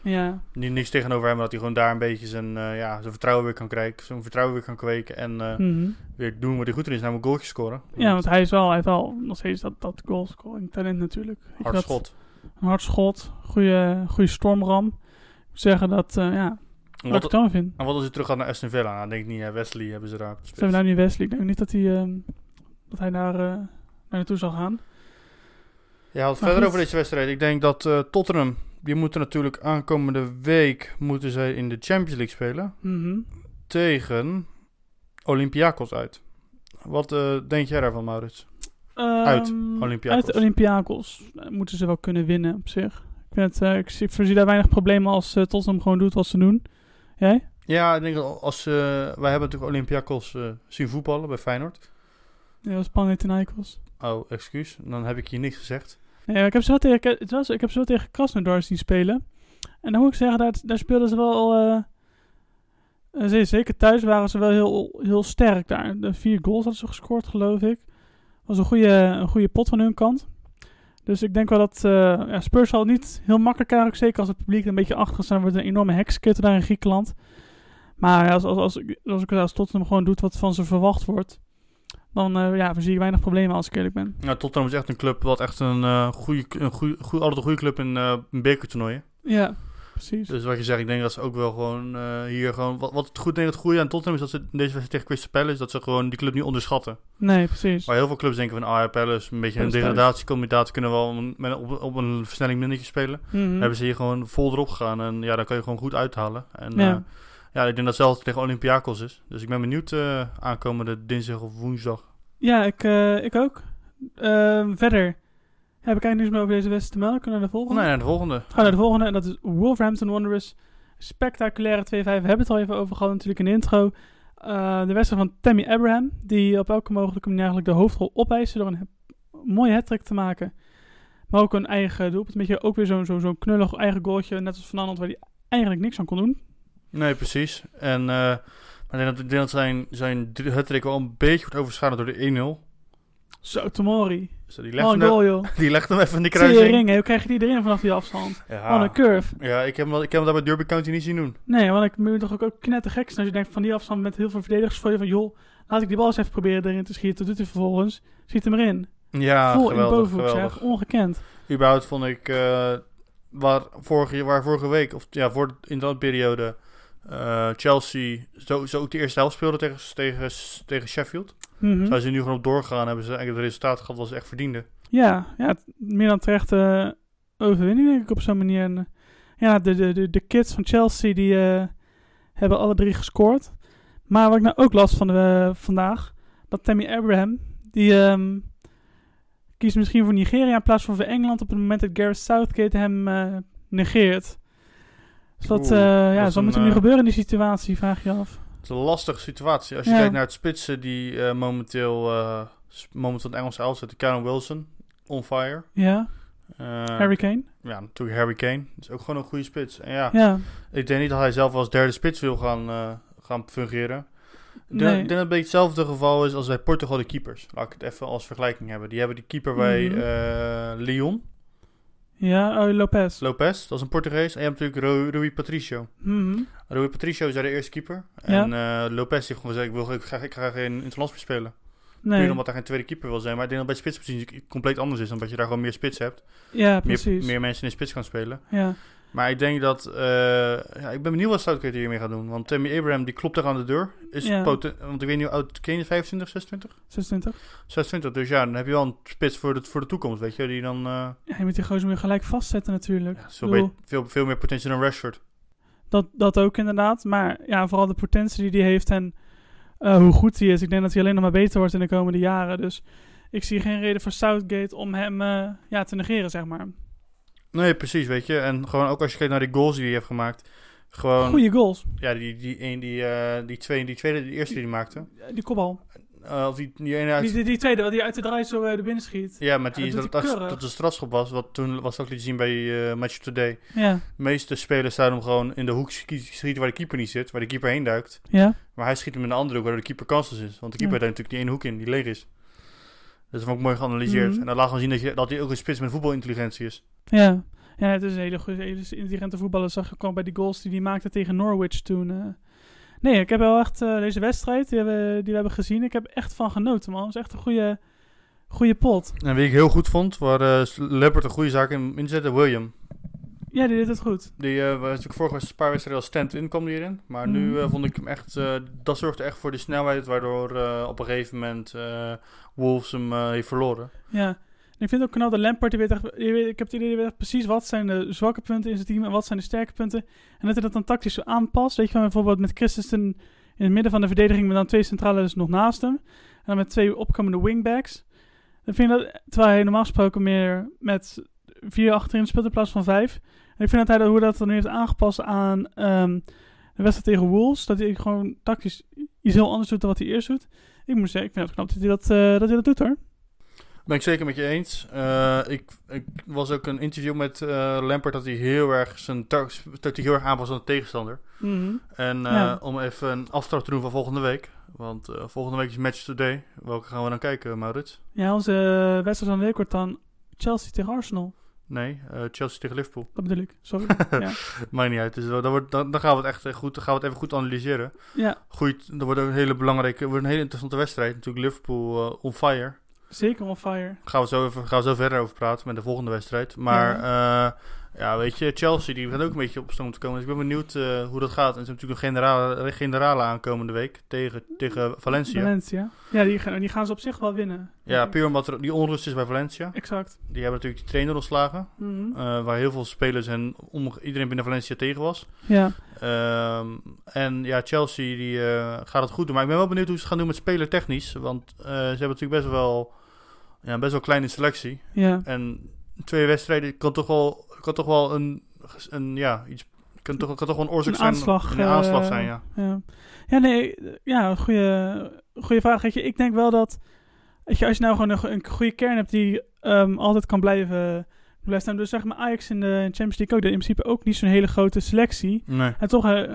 Ja. Niet niks tegenover hem, dat hij gewoon daar een beetje zijn, uh, ja, zijn vertrouwen weer kan krijgen. Zijn vertrouwen weer kan kweken en uh, Mm-hmm. weer doen wat hij goed in is, namelijk goaltjes scoren. Ja, want hij is wel, hij heeft wel nog steeds dat, dat goalscoring talent natuurlijk. Weet je, Hard dat- schot. Een hard schot, goede, goede stormram. Ik moet zeggen dat, uh, ja, En wat ik wat, dan vind. en wat als hij terug gaat naar Aston Villa? Nou, denk ik niet, hè. Wesley hebben ze daar op de Ze spits. hebben nou niet Wesley. Ik denk niet dat hij, um, dat hij daar, uh, naar naartoe zal gaan. Ja, wat Maar verder goed. over deze wedstrijd. Ik denk dat uh, Tottenham, die moeten natuurlijk aankomende week moeten zij in de Champions League spelen. Mm-hmm. Tegen Olympiakos uit. Wat uh, denk jij daarvan, Maurits? Um, Uit Olympiakos. Uit Olympiakos uh, moeten ze wel kunnen winnen op zich. Ik, vind het, uh, ik, zie, ik voorzie daar weinig problemen als uh, Tottenham gewoon doet wat ze doen. Jij? Ja, ik denk dat als... Uh, wij hebben natuurlijk Olympiakos uh, zien voetballen bij Feyenoord. Ja, dat was Panathinaikos. Oh, excuus. Dan heb ik hier niks gezegd. Nee, maar ik heb ze wel tegen, het was, ik heb ze wel tegen Krasnodar zien spelen. En dan moet ik zeggen, daar, daar speelden ze wel... Uh, uh, zeker thuis waren ze wel heel, heel sterk daar. De vier goals hadden ze gescoord, geloof ik. Was een goede, een goede pot van hun kant. Dus ik denk wel dat uh, ja, Spurs zal niet heel makkelijk eigenlijk. Zeker als het publiek een beetje achter staat. Wordt een enorme hekskit daar in Griekenland. Maar als, als, als, als ik als Tottenham gewoon doet wat van ze verwacht wordt. Dan uh, ja, zie ik weinig problemen als ik eerlijk ben. Nou, Tottenham is echt een club wat echt een uh, goede, een goede, goede, altijd een goede club in uh, bekertoernooien. Ja, precies. Dus wat je zegt, ik denk dat ze ook wel gewoon uh, hier gewoon... Wat, wat het goed, denk ik het goede aan Tottenham is dat ze in deze wedstrijd tegen Crystal Palace, is dat ze gewoon die club niet onderschatten. Nee, precies. Waar heel veel clubs denken van, ah ja, Palace, een beetje een degradatiekandidaat, kunnen wel met, op, op een versnelling minnetje spelen. Mm-hmm. Hebben ze hier gewoon vol erop gegaan en ja, dan kan je gewoon goed uithalen. En Ja. uh, ja, ik denk dat hetzelfde tegen Olympiakos is. Dus ik ben benieuwd uh, aankomende dinsdag of woensdag. Ja, ik, uh, ik ook. Uh, verder heb ik eigenlijk niks meer over deze wedstrijd te melden. Kunnen we naar de volgende? Nee, naar de volgende. Gaan we naar de volgende en dat is Wolverhampton Wanderers. Spectaculaire twee vijf. We hebben het al even over gehad natuurlijk in de intro. Uh, de wedstrijd van Tammy Abraham. Die op elke mogelijke manier eigenlijk de hoofdrol opeiste door een he- mooie hat-trick te maken. Maar ook een eigen doelpunt. Een beetje ook weer zo'n, zo, zo'n knullig eigen goaltje. Net als Van Aanholt waar hij eigenlijk niks aan kon doen. Nee, precies. En uh, maar ik denk dat, ik denk dat zijn, zijn hat-trick wel een beetje wordt overschaduwd door de één nul. Zo, Tomori. Dus die Wat legt, een hem, goal, joh. die legt hem even in de Zie je kruising. ring, hè? Hoe krijg je die erin vanaf die afstand? Ja. Wat een curve. Ja, ik heb, hem, ik heb hem daar bij Derby County niet zien doen. Nee, want ik moet toch ook, ook knettergek zijn als je denkt van die afstand met heel veel verdedigers voor je van joh, laat ik die bal eens even proberen erin te schieten. Dat doet hij vervolgens. Schiet hem erin. Ja, Vol geweldig, in bovenhoek, geweldig. zeg. Ongekend. Überhaupt vond ik, uh, waar, vorige, waar vorige week, of ja, voor in dat periode, uh, Chelsea zo, zo ook de eerste helft speelde tegen, tegen, tegen Sheffield. Mm-hmm. Zijn ze nu gewoon op doorgegaan, hebben ze eigenlijk het resultaat gehad wat ze echt verdienden. Ja, ja, het- meer dan terecht uh, overwinning denk ik op zo'n manier. En, uh, ja, de, de, de, de kids van Chelsea die uh, hebben alle drie gescoord. Maar wat ik nou ook las van de, uh, vandaag, dat Tammy Abraham, die um, kiest misschien voor Nigeria in plaats van voor Engeland op het moment dat Gareth Southgate hem uh, negeert. Dus dat, uh, ja, dat is zal een, moeten nu uh, gebeuren in die situatie, vraag je af. Het is een lastige situatie. Als je Ja. kijkt naar het spitsen die uh, momenteel, uh, s- momenteel het Engelse elftal zit, Callum Wilson, on fire. Ja, Uh, Harry Kane. Ja, natuurlijk Harry Kane. Dat is ook gewoon een goede spits. En ja, Ja, ik denk niet dat hij zelf als derde spits wil gaan, uh, gaan fungeren. Ik denk, Nee. ik denk dat het een beetje hetzelfde geval is als bij Portugal de keepers. Laat ik het even als vergelijking hebben. Die hebben die keeper bij Mhm. uh, Lyon, ja, oh, Lopez. Lopez, dat is een Portugees. En je hebt natuurlijk Rui, Rui Patricio. Mhm. Rui Patricio is daar de eerste keeper. Ja. En uh, Lopez heeft gewoon gezegd, ik, wil, ik, ga, ik ga geen interlands meer spelen. Nee. Puur omdat hij geen tweede keeper wil zijn. Maar ik denk dat bij spitspositie compleet anders is. Omdat je daar gewoon meer spits hebt. Ja, Meer, precies. meer mensen in de spits kan spelen. Ja. Maar ik denk dat... Uh, ja, ik ben benieuwd wat Southgate hiermee gaat doen. Want Tammy Abraham, die klopt er aan de deur. Is Ja. poten- want ik weet niet hoe oud Kane is, vijfentwintig, zesentwintig? zesentwintig. zesentwintig, dus ja, dan heb je wel een spits voor de, voor de toekomst, weet je. Die dan uh, Ja, je moet die gozer weer gelijk vastzetten natuurlijk. ja, zo Ik bedoel, be- veel, veel meer potentie dan Rashford. dat, dat ook inderdaad. Maar ja, vooral de potentie die hij heeft en uh, hoe goed hij is. Ik denk dat hij alleen nog maar beter wordt in de komende jaren. Dus ik zie geen reden voor Southgate om hem uh, ja, te negeren, zeg maar. Nee, precies, weet je. En gewoon ook als je kijkt naar die goals die hij heeft gemaakt. Gewoon, Goeie goals. ja, die, die, een, die, uh, die, twee, die tweede, die eerste die hij maakte. Die kopbal. Uh, of die, die ene uit... Die, die, die tweede, wat hij uit de draai zo uh, er binnen schiet. Ja, met die, Ja, dat, dat dat, doet hij dat, keurig. het een strafschop was, wat toen was ook liet zien bij uh, Match of the Day. Ja, De meeste spelers staan hem gewoon in de hoek sch- schieten waar de keeper niet zit, waar de keeper heen duikt. ja. Maar hij schiet hem in de andere hoek, waardoor de keeper kansloos is. Want de keeper Ja. heeft natuurlijk die ene hoek in, die leeg is. Dus dat vond ik mooi geanalyseerd. Mhm. En dan laat gewoon zien dat, je, dat hij ook een spits met voetbalintelligentie is. Ja. Ja, het is een hele goede, hele intelligente voetballer. Zag je ook al bij die goals die hij maakte tegen Norwich toen. Uh. Nee, ik heb wel echt uh, deze wedstrijd die, hebben, die we hebben gezien. Ik heb echt van genoten, man. Het was echt een goede, goede pot. En wie ik heel goed vond, waar uh, Lampard een goede zaak in inzette, William. Ja, die deed het goed. Die uh, was natuurlijk vorige een paar wedstrijden als stand-in kwam die erin. Maar mm. nu uh, vond ik hem echt... Uh, dat zorgde echt voor de snelheid, waardoor uh, op een gegeven moment uh, Wolves hem uh, heeft verloren. Ja, en ik vind ook knap dat Lampard, die weet echt, die weet, ik heb het idee, die weet echt precies wat zijn de zwakke punten in zijn team en wat zijn de sterke punten. En dat hij dat dan tactisch zo aanpast. Weet je, bijvoorbeeld met Christensen in het midden van de verdediging, met dan twee centrales nog naast hem. En dan met twee opkomende wingbacks. Dan vind ik dat, terwijl hij normaal gesproken meer met vier achterin speelt in plaats van vijf. En ik vind dat hij dat, hoe dat dan nu heeft aangepast aan um, de wedstrijd tegen Wolves. Dat hij gewoon tactisch iets heel anders doet dan wat hij eerst doet. Ik moet zeggen, ik vind het knap dat hij dat, uh, dat, hij dat doet, hoor. Ben ik zeker met je eens. Uh, ik, ik was ook een interview met uh, Lampard dat hij heel erg zijn ta- dat hij heel erg aanpast aan de tegenstander. Mm-hmm. En uh, ja. om even een aftrap te doen van volgende week. Want uh, volgende week is Match Today. Welke gaan we dan kijken, Maurits? Ja, onze wedstrijd van de week wordt dan Chelsea tegen Arsenal. Nee, uh, Chelsea tegen Liverpool. Dat bedoel ik, sorry. Ja. Maakt niet uit. Dus dan, wordt, dan, dan gaan we het echt goed, dan gaan we het even goed analyseren. Ja. Goed, dat wordt ook een hele belangrijke, wordt een hele interessante wedstrijd. Natuurlijk Liverpool uh, on fire. Zeker on fire. Gaan we zo even, gaan we zo verder over praten met de volgende wedstrijd. Maar ja, uh, ja weet je, Chelsea die gaat ook een beetje op stoom te komen. Dus ik ben benieuwd uh, hoe dat gaat. En ze hebben natuurlijk een generale, generale aankomende week tegen, tegen Valencia. Valencia. Ja, die gaan, die gaan ze op zich wel winnen. Ja, puur omdat er die onrust is bij Valencia. Exact. Die hebben natuurlijk die trainer ontslagen. Mm-hmm. Uh, waar heel veel spelers en om, iedereen binnen Valencia tegen was. Ja. Um, en ja, Chelsea die uh, gaat het goed doen. Maar ik ben wel benieuwd hoe ze het gaan doen met spelertechnisch. Want uh, ze hebben natuurlijk best wel... Ja, best wel kleine selectie. Ja. En twee wedstrijden kan toch wel, kan toch wel een, een ja, iets, kan toch, kan toch wel een oorzaak een zijn. Aanslag, een uh, aanslag zijn, ja. Ja, ja nee, ja, goede, goede vraag. Weet je, ik denk wel dat, weet je, als je nou gewoon een, een goede kern hebt die um, altijd kan blijven, blijven staan. Dus zeg maar Ajax in de Champions League ook, dat in principe ook niet zo'n hele grote selectie. Nee. En toch uh,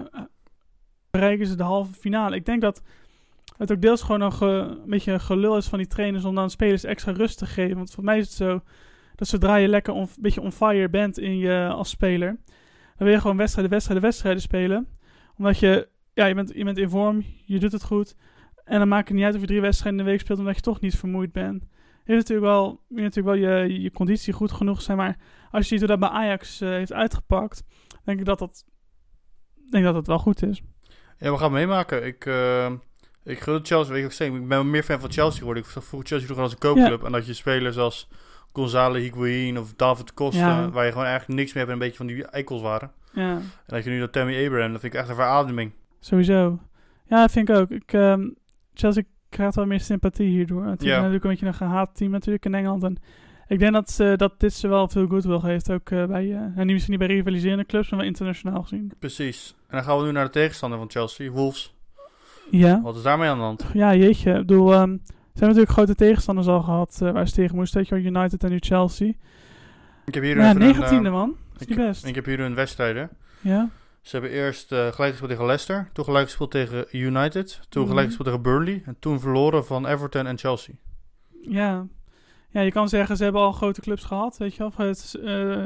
bereiken ze de halve finale. Ik denk dat het ook deels gewoon nog uh, een beetje een gelul is van die trainers om dan spelers extra rust te geven. Want voor mij is het zo dat zodra je lekker on, een beetje on fire bent in je, als speler, dan wil je gewoon wedstrijden, wedstrijden, wedstrijden spelen. Omdat je, ja, je bent, je bent in vorm, je doet het goed. En dan maakt het niet uit of je drie wedstrijden in de week speelt, omdat je toch niet vermoeid bent. Je hebt natuurlijk wel, je, hebt natuurlijk wel je, je conditie goed genoeg zijn, maar als je ziet hoe dat bij Ajax uh, heeft uitgepakt, denk ik dat dat, denk dat dat wel goed is. Ja, we gaan meemaken. Ik... Uh... Ik gun Chelsea, weet je ook zeggen. Ik ben meer fan van Chelsea geworden. Ik vroeg Chelsea vroeger als een koopclub. Ja. En dat je spelers als Gonzalo Higuain of David Costa, ja. waar je gewoon eigenlijk niks meer hebt en een beetje van die eikels waren. Ja. En dat je nu dat Tammy Abraham, dat vind ik echt een verademing. Sowieso. Ja, dat vind ik ook. Ik, um, Chelsea krijgt wel meer sympathie hierdoor. Het is ja. natuurlijk een beetje een gehaat team natuurlijk in Engeland. En ik denk dat, ze, dat dit ze wel veel goodwill geeft. Ook uh, bij, uh, en niet misschien niet bij rivaliserende clubs, maar wel internationaal gezien. Precies. En dan gaan we nu naar de tegenstander van Chelsea, Wolves. Ja. Wat is daarmee aan de hand? Ja, jeetje. Ik bedoel, um, ze hebben natuurlijk grote tegenstanders al gehad uh, waar ze tegen moesten. Weet je, United en nu Chelsea. Ik heb hier ja, even negentiende een, uh, man. Dat is niet best. Ik heb hier een wedstrijden. Ja. Ze hebben eerst uh, gelijk gespeeld tegen Leicester. Toen gelijk gespeeld tegen United. Toen mm-hmm. gelijk gespeeld tegen Burnley. En toen verloren van Everton en Chelsea. Ja. Ja, je kan zeggen ze hebben al grote clubs gehad. Weet je wel. Het, uh,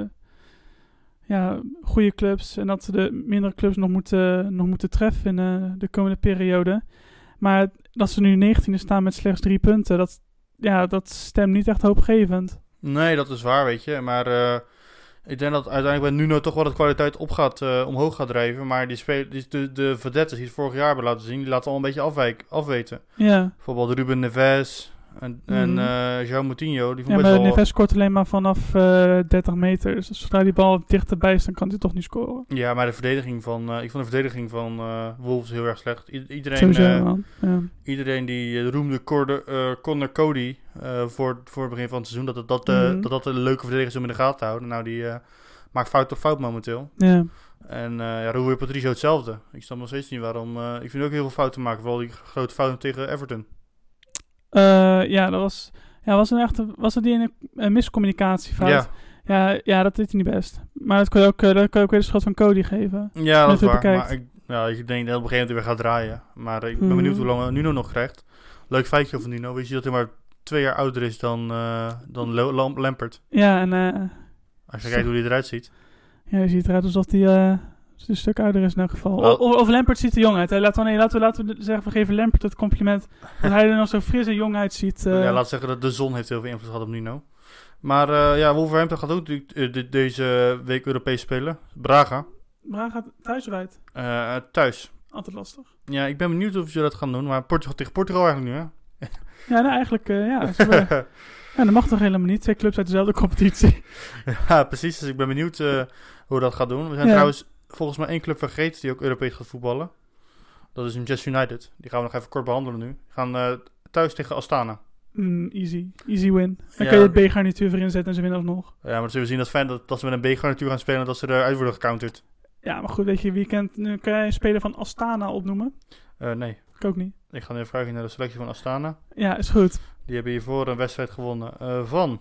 ja, goede clubs. En dat ze de mindere clubs nog moeten, nog moeten treffen in uh, de komende periode. Maar dat ze nu negentiende staan met slechts drie punten. Dat, ja, dat stemt niet echt hoopgevend. Nee, dat is waar, weet je. Maar uh, ik denk dat uiteindelijk bij Nuno toch wel de kwaliteit op gaat, uh, omhoog gaat drijven. Maar die speel, die, de, de verdetters die het vorig jaar hebben laten zien, die laten al een beetje afwijk, afweten. Ja. Bijvoorbeeld Ruben Neves en, mm. en uh, João Moutinho. Die ja, maar Neves scoort alleen maar vanaf uh, dertig meter. Dus zodra die bal dichterbij is, dan kan hij toch niet scoren. Ja, maar de verdediging van, uh, ik vond de verdediging van uh, Wolves heel erg slecht. I- iedereen, Sowieso, uh, man. Ja. Iedereen die uh, roemde Corde, uh, Connor Cody uh, voor, voor het begin van het seizoen, dat dat, dat, uh, mm. dat, dat een leuke verdediger is om in de gaten te houden. Nou, die uh, maakt fout op fout momenteel. Ja. En uh, ja, Rui Patricio hetzelfde. Ik snap nog steeds niet waarom. Uh, ik vind ook heel veel fouten maken, vooral die grote fouten tegen Everton. Uh, ja, dat was, ja, was een echte, was het die een, een miscommunicatiefout? Ja. Ja, ja, dat deed hij niet best. Maar dat kun je ook, dat kun je ook weer de schot van Cody geven. Ja, dat is waar. Maar ik, ja, ik denk dat op een gegeven moment weer gaat draaien. Maar uh, ik ben mm. benieuwd hoe lang Nuno nog krijgt. Leuk feitje over Nuno. Weet je dat hij maar twee jaar ouder is dan, uh, dan Lampard? Ja, en uh, Als je kijkt hoe hij eruit ziet. Ja, je ziet eruit alsof hij uh, een stuk ouder is in elk geval. Wel- Of, of Lampert ziet er jong uit. Hè. Laten, we, nee, laten, we, laten we zeggen, we geven Lampert het compliment dat hij er nog zo fris en jong uitziet. Uh, Ja, laat zeggen dat de zon heeft heel veel invloed gehad op Nuno. Maar uh, ja, Wolverhampton gaat ook de, de, deze week Europees spelen. Braga. Braga thuis of uit? Uh, thuis. Altijd lastig. Ja, ik ben benieuwd of ze dat gaan doen. Maar Portugal, tegen Portugal eigenlijk nu, hè? Ja, nou eigenlijk, uh, ja. We, ja, dat mag toch helemaal niet. Twee clubs uit dezelfde competitie. Ja, precies. Dus ik ben benieuwd uh, hoe dat gaat doen. We zijn Ja. trouwens volgens mij één club vergeten die ook Europees gaat voetballen. Dat is Manchester United. Die gaan we nog even kort behandelen nu. Die gaan uh, thuis tegen Astana. Mm, easy. Easy win. Dan Ja. kan je het B-garnituur voor inzetten en ze winnen alsnog. Ja, maar dan zullen we zien dat fijn dat als we met een B-garnituur gaan spelen, dat ze eruit worden gecounterd. Ja, maar goed, weet je, wie kent, nu kan jij een speler van Astana opnoemen? Uh, nee. Ik ook niet. Ik ga nu even kijken naar de selectie van Astana. Ja, is goed. Die hebben hiervoor een wedstrijd gewonnen uh, van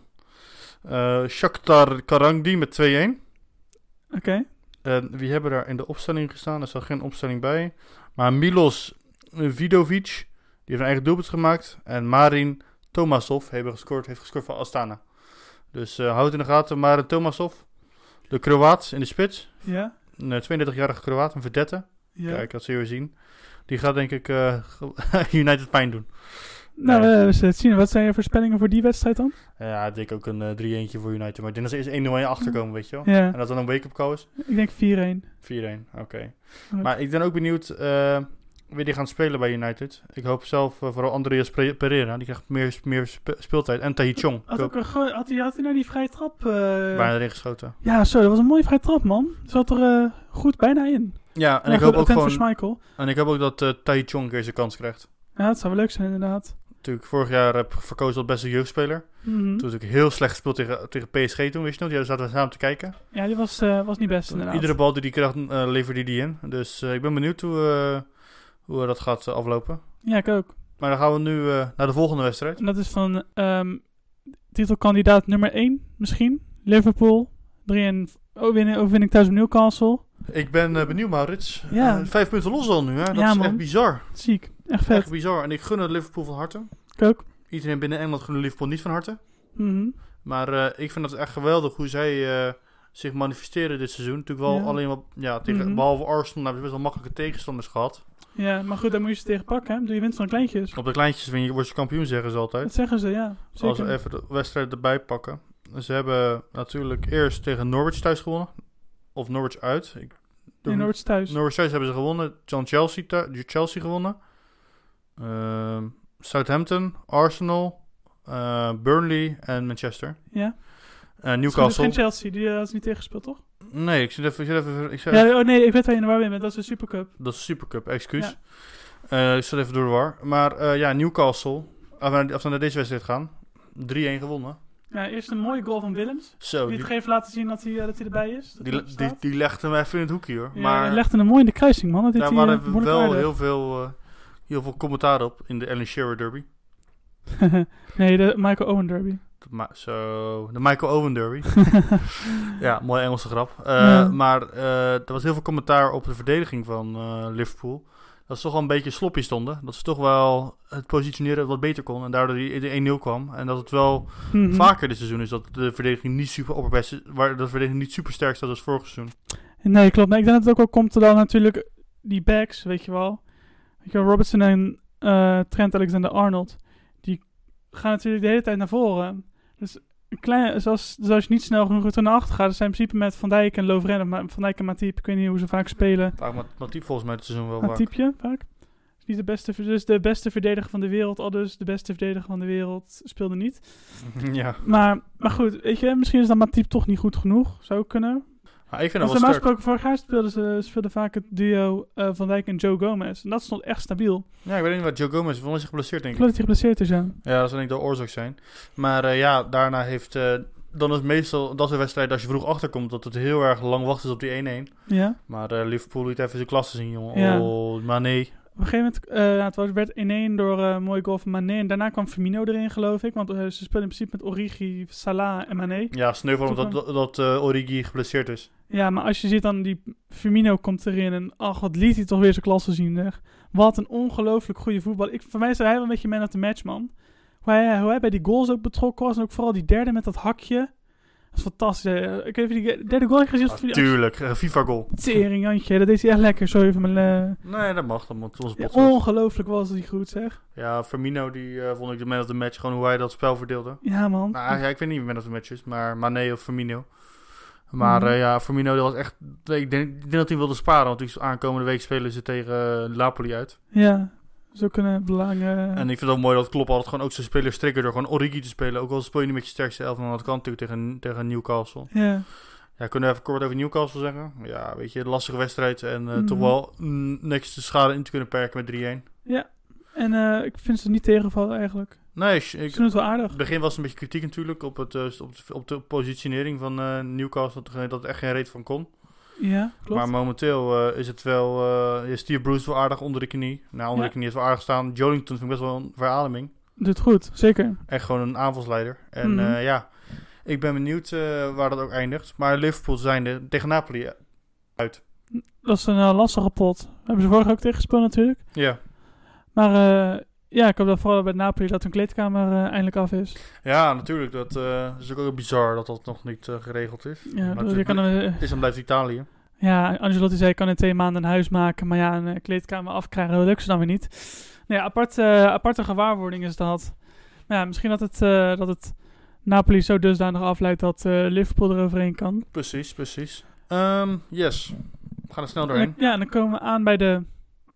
uh, Shakhtar Karangdi met twee-een. Oké. Okay. En wie hebben daar in de opstelling gestaan? Er staat geen opstelling bij. Maar Milos Vidovic, die heeft een eigen doelpunt gemaakt. En Marin Tomasov heeft gescoord, heeft gescoord voor Astana. Dus uh, houd in de gaten, Marin Tomasov. De Kroaat in de spits. Ja. Een tweeëndertigjarige Kroaat, een verdette. Ja. Kijk, dat zul je zien. Die gaat denk ik uh, United pijn doen. Nou, Nee. uh, we zullen het zien. Wat zijn je voorspellingen voor die wedstrijd dan? Ja, ik denk ook een uh, drie-eentje voor United. Maar ik denk dat ze eerst één nul achterkomen, weet je wel. Ja. En dat dan een wake-up call is. Ik denk vier-een. vier-een, oké. Okay. Right. Maar ik ben ook benieuwd uh, wie die gaan spelen bij United. Ik hoop zelf uh, vooral Andreas Pre- Pereira. Die krijgt meer, meer spe- speeltijd. En Tahi Chong. Had, Ook ook een gro- had, hij, had hij nou die vrije trap? Uh... bijna erin geschoten. Ja, zo. Dat was een mooie vrije trap, man. Zat er uh, goed bijna in. Ja, en Ja, ik hoop goed, ook attent gewoon... voor Schmeichel. En ik hoop ook dat uh, Tahi Chong weer zijn kans krijgt. Ja, dat zou wel leuk zijn, inderdaad. Natuurlijk, vorig jaar heb ik verkozen als beste jeugdspeler. Mm-hmm. Toen heb ik heel slecht gespeeld tegen, tegen P S G toen, wist je nog? Die zaten we samen te kijken. Ja, die was, uh, was niet best, inderdaad. Iedere bal die die kreeg, uh, leverde die in. Dus uh, ik ben benieuwd hoe, uh, hoe dat gaat uh, aflopen. Ja, ik ook. Maar dan gaan we nu uh, naar de volgende wedstrijd. En dat is van um, titelkandidaat nummer één, misschien. Liverpool. drie-een overwinning, overwinning thuis op Newcastle. Ik ben uh, benieuwd, Maurits. Ja. Uh, vijf punten los al nu, hè? Dat Ja, is man. echt bizar. Ziek. Echt vet. Echt bizar. En ik gun het Liverpool van harte. Ik ook. Iedereen binnen Engeland gunt Liverpool niet van harte. Mm-hmm. Maar uh, ik vind het echt geweldig hoe zij uh, zich manifesteren dit seizoen. Natuurlijk wel Ja. alleen wat, ja, tegen, Mhm. behalve Arsenal hebben ze best wel makkelijke tegenstanders gehad. Ja, maar goed, daar moet je ze tegen pakken, hè. Doe je winst van de kleintjes. Op de kleintjes win je, word je kampioen, zeggen ze altijd. Dat zeggen ze, ja. Zeker. Als we even de wedstrijd erbij pakken. Ze hebben natuurlijk eerst tegen Norwich thuis gewonnen. Of Norwich uit. Ik, In Norwich thuis. Norwich thuis hebben ze gewonnen. Van Chelsea, thu- Chelsea gewonnen. Uh, Southampton, Arsenal, uh, Burnley en Manchester. Ja. Uh, Newcastle. Newcastle. Geen Chelsea, die uh, had ze niet tegengespeeld, toch? Nee, ik zit even... Ik zit even ik zit Ja, oh nee, ik weet waar je naar waar bent. Dat is de Supercup. Dat is de Supercup, excuus. Ja. Uh, ik zat even door de war. Maar uh, ja, Newcastle. Als we naar deze wedstrijd gaan. drie-een gewonnen. Ja, eerst een mooie goal van Willems. Zo, Die die, het even laten zien dat hij, uh, dat hij erbij is. Dat die, hij die, staat. die legde hem even in het hoekje, hoor. Ja, maar hij legde hem mooi in de kruising, man. Dat daar hij, uh, waren behoorlijk wel aardig. heel veel, uh, heel veel commentaar op in de Alan Shearer derby. Nee, de Michael Owen derby. De Ma- Zo, de Michael Owen derby. Ja, mooie Engelse grap. Uh, Ja. Maar uh, er was heel veel commentaar op de verdediging van uh, Liverpool. Dat ze toch wel een beetje sloppy stonden. Dat ze toch wel het positioneren wat beter kon. En daardoor die de één nul kwam. En dat het wel Mhm. vaker dit seizoen is dat de verdediging niet super opperbest is. Waar de verdediging niet super sterk staat als vorig seizoen. Nee, klopt. Nee, ik denk dat het ook wel komt dan natuurlijk die backs, weet je wel. Weet je wel, Robertson en uh, Trent Alexander-Arnold. Die gaan natuurlijk de hele tijd naar voren. Dus een klein, zoals, dus als je niet snel genoeg naar achter gaat, dan zijn in principe met Van Dijk en Lovren, of Ma- Van Dijk en Matip, ik weet niet hoe ze vaak spelen. Vaak maar Matip volgens mij het seizoen wel vaak. Matipje, vaak. Is niet de beste, dus de beste verdediger van de wereld, al dus de beste verdediger van de wereld speelde niet. Ja. Maar, maar goed, weet je, misschien is dan Matip toch niet goed genoeg, zou ook kunnen. Maar ik vind Als dat we wel normaal sterk. gesproken, vorig jaar speelden ze speelden vaak het duo uh, Van Dijk en Joe Gomez. En dat stond echt stabiel. Ja, ik weet niet wat Joe Gomez is. Hij zich geblesseerd, denk Ik ik. geloof dat hij geblesseerd is, ja. Ja, dat zou denk ik de oorzaak zijn. Maar uh, ja, daarna heeft... Uh, dan is het meestal dat soort wedstrijden, als je vroeg achterkomt, dat het heel erg lang wacht is op die één-een. Ja. Maar uh, Liverpool liet even zijn klasse zien, jongen. Ja. Oh, Mané. Op een gegeven moment, uh, ja, het was, werd één-één door uh, een mooie goal van Mané. En daarna kwam Firmino erin, geloof ik. Want uh, ze speelden in principe met Origi, Salah en Mané. Ja, sneuvel omdat dat, dat uh, Origi geblesseerd is. Ja, maar als je ziet dan, die Firmino komt erin. En ach, wat liet hij toch weer zijn klasse zien, zeg. Wat een ongelooflijk goede voetbal. Ik, voor mij is hij wel een beetje man of the match, man. Hoe hij, hoe hij bij die goals ook betrokken was. En ook vooral die derde met dat hakje. Dat is fantastisch. Hè. Ik heb even die derde goal gezien. Ah, tuurlijk, een FIFA-goal. Tering, Jantje. Dat deed hij echt lekker. Sorry voor mijn... Uh... Nee, dat mag. Dat moet onze Ja, podcast. ongelooflijk was die goed, zeg. Ja, Firmino, die uh, vond ik de man of the match. Gewoon hoe hij dat spel verdeelde. Ja, man. Nou, ja, ik weet niet wie man of the match is, maar Mané of Firmino. Maar Mhm. uh, ja, Firmino dat was echt... Ik denk, ik denk dat hij wilde sparen, want die aankomende week spelen ze tegen uh, Napoli uit. Ja, zo kunnen belangen... En ik vind het ook mooi dat Klopp altijd gewoon ook zijn spelers triggert door gewoon Origi te spelen. Ook al speel je niet met je sterkste elf, dan dat kan natuurlijk tegen, tegen Newcastle. Ja. Ja, kunnen we even kort over Newcastle zeggen? Ja, weet je, lastige wedstrijd en uh, Mhm. toch wel mm, niks de schade in te kunnen perken met drie-een. Ja. En uh, ik vind ze niet tegenvallen eigenlijk. Nee, ik, Ze doen het wel aardig. het begin was een beetje kritiek natuurlijk op, het, uh, op, de, op de positionering van uh, Newcastle, dat er echt geen reet van kon. Ja, klopt. Maar momenteel uh, is het wel, uh, is Steve Bruce wel aardig onder de knie. Nou, onder Ja. de knie is wel aardig staan. Jolinton vind ik best wel een verademing. Doet het goed, zeker. Echt gewoon een aanvalsleider. En Mhm. uh, ja, ik ben benieuwd uh, waar dat ook eindigt. Maar Liverpool zijnde tegen Napoli uit. Dat is een uh, lastige pot. We hebben ze vorige ook tegengespeeld natuurlijk. Ja. Maar uh, ja, ik hoop dat vooral bij Napoli dat hun kleedkamer uh, eindelijk af is. Ja, natuurlijk. Dat uh, is ook wel bizar dat dat nog niet uh, geregeld is. Ja, Maar dus het je kan een, uh, is en blijft Italië. ja, Ancelotti zei, ik kan in twee maanden een huis maken. Maar ja, een uh, kleedkamer afkrijgen, dat lukt ze dan weer niet. Nee, apart, uh, aparte gewaarwording is dat. Maar ja, misschien dat het, uh, dat het Napoli zo dusdanig afleidt dat uh, Liverpool eroverheen kan. Precies, precies. Um, yes. We gaan er snel En doorheen. dan, ja, en dan komen we aan bij de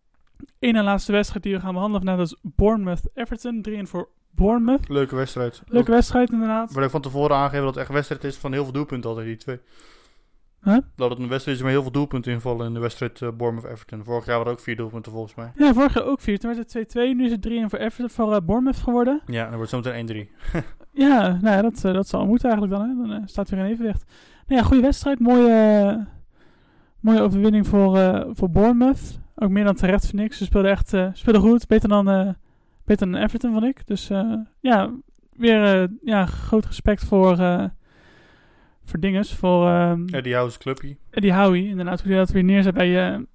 ene laatste wedstrijd die we gaan behandelen. Nou, dat is Bournemouth-Everton. drie-een voor Bournemouth. Leuke wedstrijd. Leuke wedstrijd inderdaad. Wil ik van tevoren aangeven dat het echt een wedstrijd is van heel veel doelpunten altijd, die twee. Huh? Dat het een wedstrijd is waar heel veel doelpunten invallen in de wedstrijd uh, Bournemouth-Everton. Vorig jaar waren er ook vier doelpunten volgens mij. Ja, vorig jaar ook vier. Toen werd het twee-twee. Nu is het drie-een voor Everton voor uh, Bournemouth geworden. Ja, dan wordt het zometeen één-drie. Ja, nou ja, dat, uh, dat zal moeten eigenlijk dan. Hè. Dan uh, staat weer in evenwicht. Nou ja, goede wedstrijd. Mooie, uh, mooie overwinning voor, uh, voor Bournemouth. Ook meer dan terecht vind ik. Ze speelden echt uh, speelden goed. Beter dan, uh, beter dan Everton vond ik. Dus uh, ja, weer uh, ja, groot respect voor, uh, voor dinges. Voor um, Eddie Howe's clubje. Eddie Howe. Inderdaad, hoe hij dat weer neerzet bij, uh,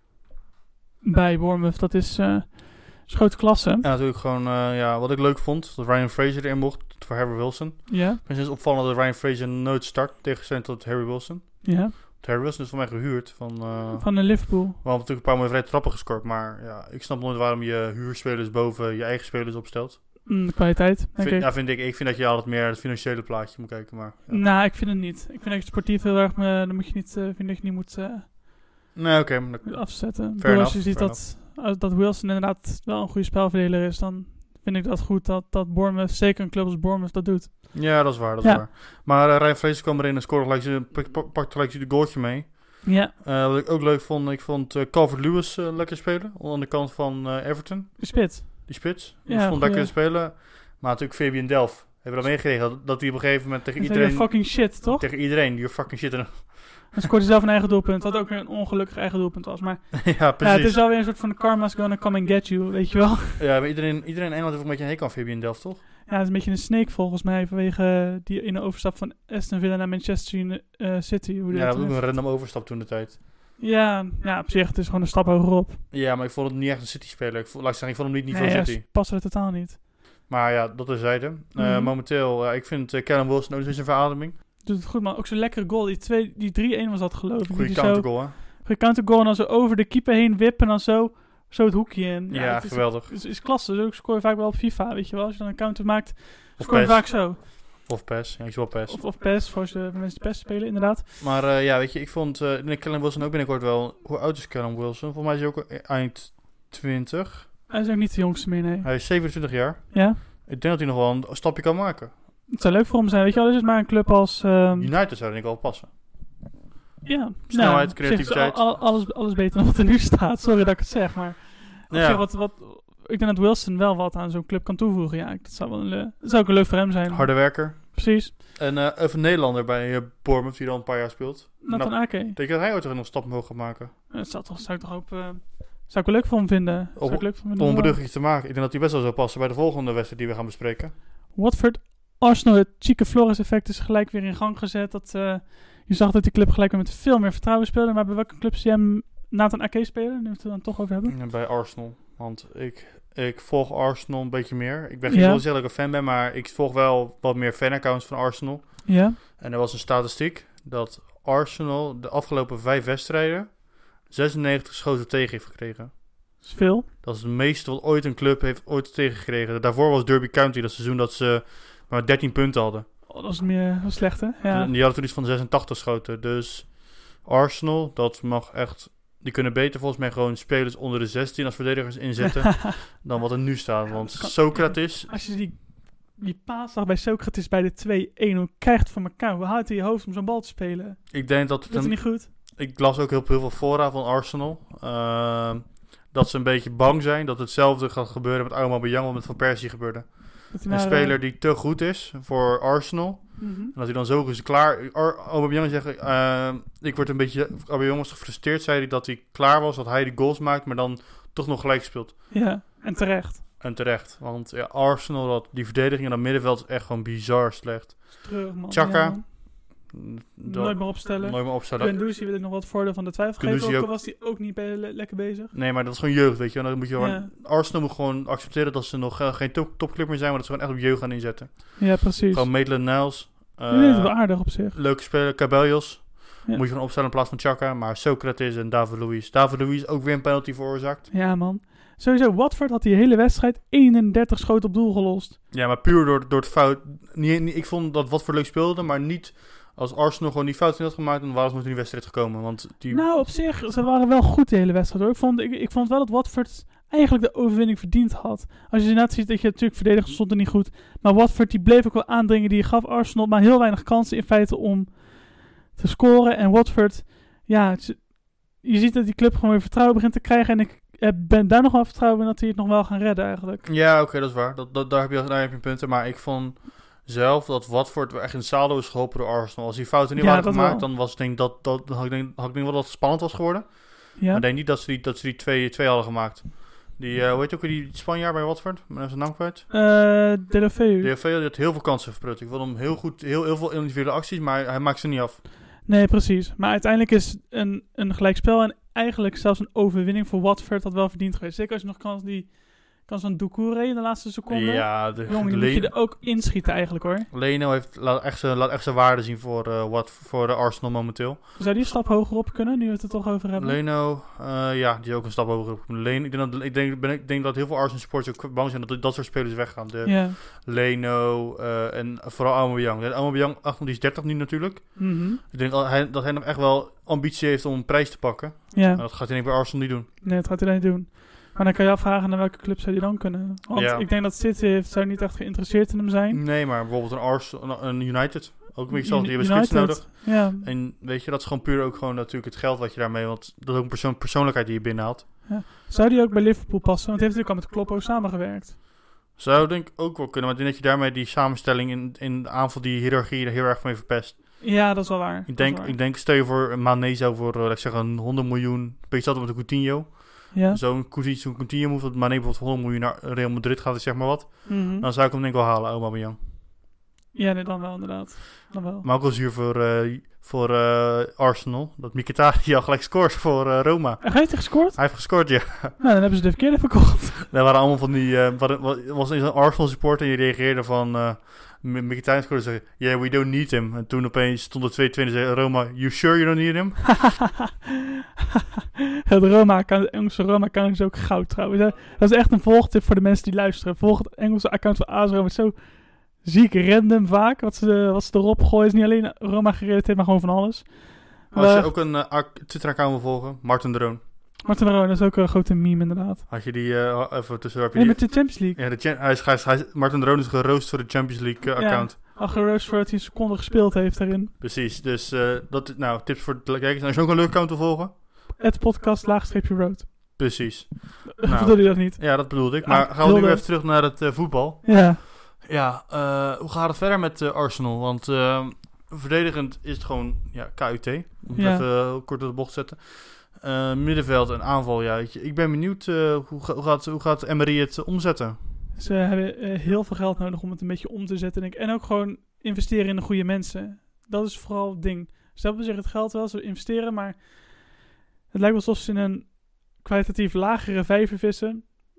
bij Bournemouth. Dat is, uh, is grote klasse. En natuurlijk gewoon, uh, ja, wat ik leuk vond, dat Ryan Fraser erin mocht voor Harry Wilson. Ja, Ik vind het opvallend dat Ryan Fraser nooit start, tegenstelling tot Harry Wilson. ja. Harry Wilson is voor mij gehuurd van... Uh, Van de Liverpool. we hebben natuurlijk een paar mooie vrije trappen gescoord, maar ja, ik snap nooit waarom je huurspelers boven je eigen spelers opstelt. Mm, de kwaliteit, denk Vind, ik. ja, vind ik. Ik vind dat je altijd meer het financiële plaatje moet kijken, maar... Ja. Nou, ik vind het niet. Ik vind dat je sportief heel erg... Uh, dan moet je niet... Uh, vind dat je niet moet... Uh, Nee, oké. Okay, moet afzetten. Fair Bedoel, enough, als je ziet fair dat, als, dat Wilson inderdaad wel een goede spelverdeler is, dan vind ik dat goed dat, dat Bournemouth, zeker een club als Bournemouth, dat doet. Ja, dat is waar, dat Ja. is waar. Maar uh, Ryan Fraser kwam erin en scoorde gelijk, zijn- pak- pak- pakte gelijk zijn goaltje mee. Ja, Uh, wat ik ook leuk vond, ik vond uh, Calvert-Lewis uh, lekker spelen. Aan de kant van uh, Everton, de spits. die spits. Die Ja, vond goeie. lekker te spelen. Maar natuurlijk Fabian Delph. Hebben we dat meegekregen? Dat, dat hij op een gegeven moment tegen Dat is weer iedereen... fucking shit, toch? Tegen iedereen, die fucking shit. En, Dan scoort hij zelf een eigen doelpunt. Wat ook weer een ongelukkig eigen doelpunt was. Maar ja, ja, precies. het is alweer een soort van karma's gonna come and get you, weet je wel. Ja, maar iedereen, iedereen in Engeland heeft een beetje een hekel aan Fabian Delph, toch? Ja, het is een beetje een snake volgens mij, vanwege die in de overstap van Aston Villa naar Manchester uh, City. Hoe die Ja, dat dat was ook is. een random overstap toen de tijd. Ja, ja, op zich, het is gewoon een stap hogerop. Ja, maar ik vond het niet echt een City-speler. Ik, vond- laat ik zeggen, ik vond hem niet niveau Nee, ja, City. ze passen er totaal niet. Maar ja, dat terzijde. Uh, Mhm. Momenteel, uh, ik vind uh, Callum Wilson ook eens een verademing. Doet het goed, man. Ook zo'n lekkere goal. Die, twee, die drie-een was dat, geloof ik. Goede Die zo- countergoal, hè? Goede countergoal en dan zo over de keeper heen wippen en dan zo, zo het hoekje in. Ja, het is, geweldig. is, is klasse. Dus ik scoor je vaak wel op FIFA, weet je wel. Als je dan een counter maakt, Of scoor je PES. vaak zo. Of PES. Ja, ik zie wel PES. Of, of PES, voor de mensen die PES spelen, inderdaad. Maar uh, ja, weet je, ik vond uh, nee, Callum Wilson ook binnenkort wel... Hoe oud is Callum Wilson? Volgens mij is hij ook eind twintig. Hij is ook niet de jongste meer, nee. Hij is zevenentwintig jaar. Ja? Ik denk dat hij nog wel een stapje kan maken. Het zou leuk voor hem zijn, weet je wel. Is het maar een club als... ehm, United zou denk ik wel passen. ja. Snelheid, nou, op zich is creativiteit. al- al- alles, alles beter dan wat er nu staat. Sorry dat ik het zeg, maar... Op Ja. zich wat, wat, ik denk dat Wilson wel wat aan zo'n club kan toevoegen. Ja, dat zou, wel een, le- dat zou ook een leuk voor hem zijn. Harde werker. Precies. En uh, even een Nederlander bij uh, Bournemouth, die al een paar jaar speelt. Nathan Nou, Ake. denk je dat hij ooit nog een stap omhoog gaat maken? Dat zou, toch, zou ik toch ook... uh, zou ik wel leuk voor hem vinden. Zou ik leuk voor hem Om een vinden. bruggetje te maken. Ik denk dat hij best wel zou passen bij de volgende wedstrijd die we gaan bespreken. Watford, Arsenal, het Chique Flores effect is gelijk weer in gang gezet. Dat, uh, je zag dat die club gelijk weer met veel meer vertrouwen speelde. Maar bij welke club zie je hem Nathan Ake spelen? Nu we het er dan toch over hebben. Ja, bij Arsenal. Want ik, ik volg Arsenal een beetje meer. Ik ben geen Ja. zo zeggen dat ik een fan ben, maar ik volg wel wat meer fanaccounts van Arsenal. Ja? En er was een statistiek dat Arsenal de afgelopen vijf wedstrijden zesennegentig schoten tegen heeft gekregen. Dat is veel. Dat is het meeste wat ooit een club heeft ooit tegengekregen. Daarvoor was Derby County, dat seizoen dat ze maar dertien punten hadden. Oh, dat is meer dat is slecht, hè? Ja. En die hadden toen iets van zesentachtig schoten. Dus Arsenal, dat mag echt... Die kunnen beter volgens mij gewoon spelers onder de zestien als verdedigers inzetten dan wat er nu staat. Want Socrates... Als je die, die paas zag bij Socrates bij de twee-een, hoe krijgt het van elkaar? Hoe houdt hij je hoofd om zo'n bal te spelen? Ik denk dat het Dat is een... niet goed. Ik las ook heel, heel veel fora van Arsenal. Uh, dat ze een beetje bang zijn dat hetzelfde gaat gebeuren met Aubameyang wat met Van Persie gebeurde. Dat hij Een maar, speler uh, die te goed is voor Arsenal. mhm. En dat hij dan zo is klaar... Ar- Aubameyang zegt... Uh, ik word een beetje... Aubameyang was gefrustreerd, zei hij, dat hij klaar was. Dat hij de goals maakt, maar dan toch nog gelijk speelt. Ja, en terecht. En terecht. Want ja, Arsenal, dat, die verdediging in dat middenveld is echt gewoon bizar slecht. Terug, man. Xhaka. Ja, man. Dat, Nooit meer opstellen. Nooit meer opstellen. Guendouzi wil ik nog wat voordeel van de twijfel Guendouzi geven. Ook ook. al was hij ook niet bij le- lekker bezig. Nee, maar dat is gewoon jeugd, weet je. Dan moet je gewoon, Ja. Arsenal moet gewoon accepteren dat ze nog uh, geen top, topclub meer zijn, maar dat ze gewoon echt op jeugd gaan inzetten. Ja, precies. Gewoon Maitland-Niles. Uh, Die deed het wel aardig op zich. leuke speler, Cabellos. Ja. Moet je gewoon opstellen in plaats van Xhaka. Maar Socrates en David Luiz. David Luiz ook weer een penalty veroorzaakt. Ja, man. Sowieso, Watford had die hele wedstrijd eenendertig schoten op doel gelost. Ja, maar puur door, door het fout. Niet, niet, ik vond dat Watford leuk speelde, maar niet als Arsenal gewoon die fout had gemaakt, dan waren ze nog in die wedstrijd gekomen. Want die... Nou, op zich, ze waren wel goed de hele wedstrijd, hoor. Ik vond, ik, ik vond wel dat Watford eigenlijk de overwinning verdiend had. Als je inderdaad ziet dat je natuurlijk verdedigd stond er niet goed. Maar Watford die bleef ook wel aandringen. Die gaf Arsenal maar heel weinig kansen in feite om te scoren. En Watford, ja, het, je ziet dat die club gewoon weer vertrouwen begint te krijgen. En ik eh, ben daar nog wel vertrouwen in dat die het nog wel gaan redden eigenlijk. Ja, oké, okay, dat is waar. Dat, dat, daar, heb je, daar heb je punten. Maar ik vond zelf dat Watford echt in het zadel is geholpen door Arsenal. Als die fouten niet Ja, waren dat gemaakt, wel. dan was ik denk dat, dat, had ik denk, had ik denk wel dat het spannend was geworden. Ja, Maar ik denk niet dat ze die, dat ze die twee, twee hadden gemaakt. Die, uh, hoe heet ook weer die Spanjaard bij Watford? Ik ben even zijn naam kwijt. uh, Deulofeu. De die had heel veel kansen verprut. Ik vond hem heel goed, heel, heel veel individuele acties, maar hij maakt ze niet af. Nee, precies. Maar uiteindelijk is een, een gelijkspel en eigenlijk zelfs een overwinning voor Watford had wel verdiend geweest. Zeker als je nog kans, die, kans van Doucouré in de laatste seconde. Ja, de, Jongen, die Le- moet je er ook inschieten eigenlijk, hoor. Leno heeft, laat, echt zijn, laat echt zijn waarde zien voor, uh, wat, voor de Arsenal momenteel. Zou die een stap hoger op kunnen, nu we het er toch over hebben? Leno, uh, ja, die is ook een stap hoger op. Leno, ik, denk dat, ik, denk, ben, ik denk dat heel veel Arsenal supporters ook bang zijn dat dat soort spelers weggaan. De Ja. Leno uh, en vooral Aubameyang. Aubameyang, ach, die is dertig nu natuurlijk. Mm-hmm. Ik denk dat hij, dat hij nog echt wel ambitie heeft om een prijs te pakken. Ja, Maar dat gaat hij denk ik bij Arsenal niet doen. nee, dat gaat hij niet doen. Maar dan kan je afvragen naar welke club zou hij dan kunnen. Want Ja. ik denk dat City heeft, zou niet echt geïnteresseerd in hem zijn. Nee, maar bijvoorbeeld een Arsenal, een United. Ook een beetje zo, die hebben United, spits nodig. Ja, En weet je, dat is gewoon puur ook gewoon natuurlijk het geld wat je daarmee... Want dat is ook een persoon, persoonlijkheid die je binnenhaalt. zou die ook bij Liverpool passen? Want hij heeft natuurlijk al met Klopp ook samengewerkt. Zou denk ik ook wel kunnen. Maar ik denk dat je daarmee die samenstelling in, in de aanval, die hiërarchie er heel erg mee verpest. Ja, dat is wel waar. Ik Dat denk, is waar. ik denk stel je voor een Mané zou voor, uh, laat ik zeggen, een honderd miljoen... Beetje zat met een Coutinho. Ja. Zo'n Coutinho, zo'n Coutinho moet, dat Mané bijvoorbeeld voor honderd miljoen naar Real Madrid gaat, zeg maar wat. Mhm. Dan zou ik hem denk ik wel halen, Aubameyang. Ja, nee, dan wel inderdaad. Dan wel. Maar ook wel zuur voor, uh, voor uh, Arsenal. Dat Mkhitaryan al gelijk scoort voor uh, Roma. En heeft hij gescoord? Hij heeft gescoord, ja. Nou, dan hebben ze de verkeerde verkocht. Er waren allemaal van die... Uh, wat, wat, was een Arsenal supporter en die reageerde van... Uh, Mkhitaryan scoorde en zei... Yeah, we don't need him. En toen opeens stond er twee twee en zei Roma... You sure you don't need him? Het Roma-account, het Engelse Roma-account is ook goud trouwens. Hè. Dat is echt een volgtip voor de mensen die luisteren. Volg het Engelse account van A S Roma. Het is zo ziek random vaak. Wat ze, wat ze erop gooien is niet alleen Roma gerelateerd, maar gewoon van alles. Als je Uh, ook een uh, Twitter-account wil volgen... Martin Droon. Martin Roon, dat is ook een grote meme inderdaad. Had je die... Uh, even tussen... Heb je Nee, die met de Champions League. ja, de, cha- hij is, hij is, hij is, Martin Droon is geroost voor de Champions League uh, Ja. account. Al geroost voor dat hij een seconde gespeeld heeft daarin. Precies. Dus uh, dat... Nou, tips voor de kijkers. Als je ook een leuk account wil volgen... Het podcast laagstreepje road. Precies. Nou. Bedoel je dat niet? Ja, dat bedoelde ik. Ah, Maar gaan we nu wilde- even terug naar het uh, voetbal. Ja. Ja, uh, hoe gaat het verder met uh, Arsenal? Want uh, verdedigend is het gewoon ja, K U T. Om het Ja. even uh, kort door de bocht te zetten. Uh, middenveld en aanval, ja. weet je, Ik ben benieuwd uh, hoe, ga- hoe, gaat, hoe gaat Emery het uh, omzetten? Ze hebben uh, heel veel geld nodig om het een beetje om te zetten. Denk ik. En ook gewoon investeren in de goede mensen. Dat is vooral het ding. Ze hebben zich het geld wel, ze investeren, maar het lijkt wel alsof ze in een kwalitatief lagere vijver vissen.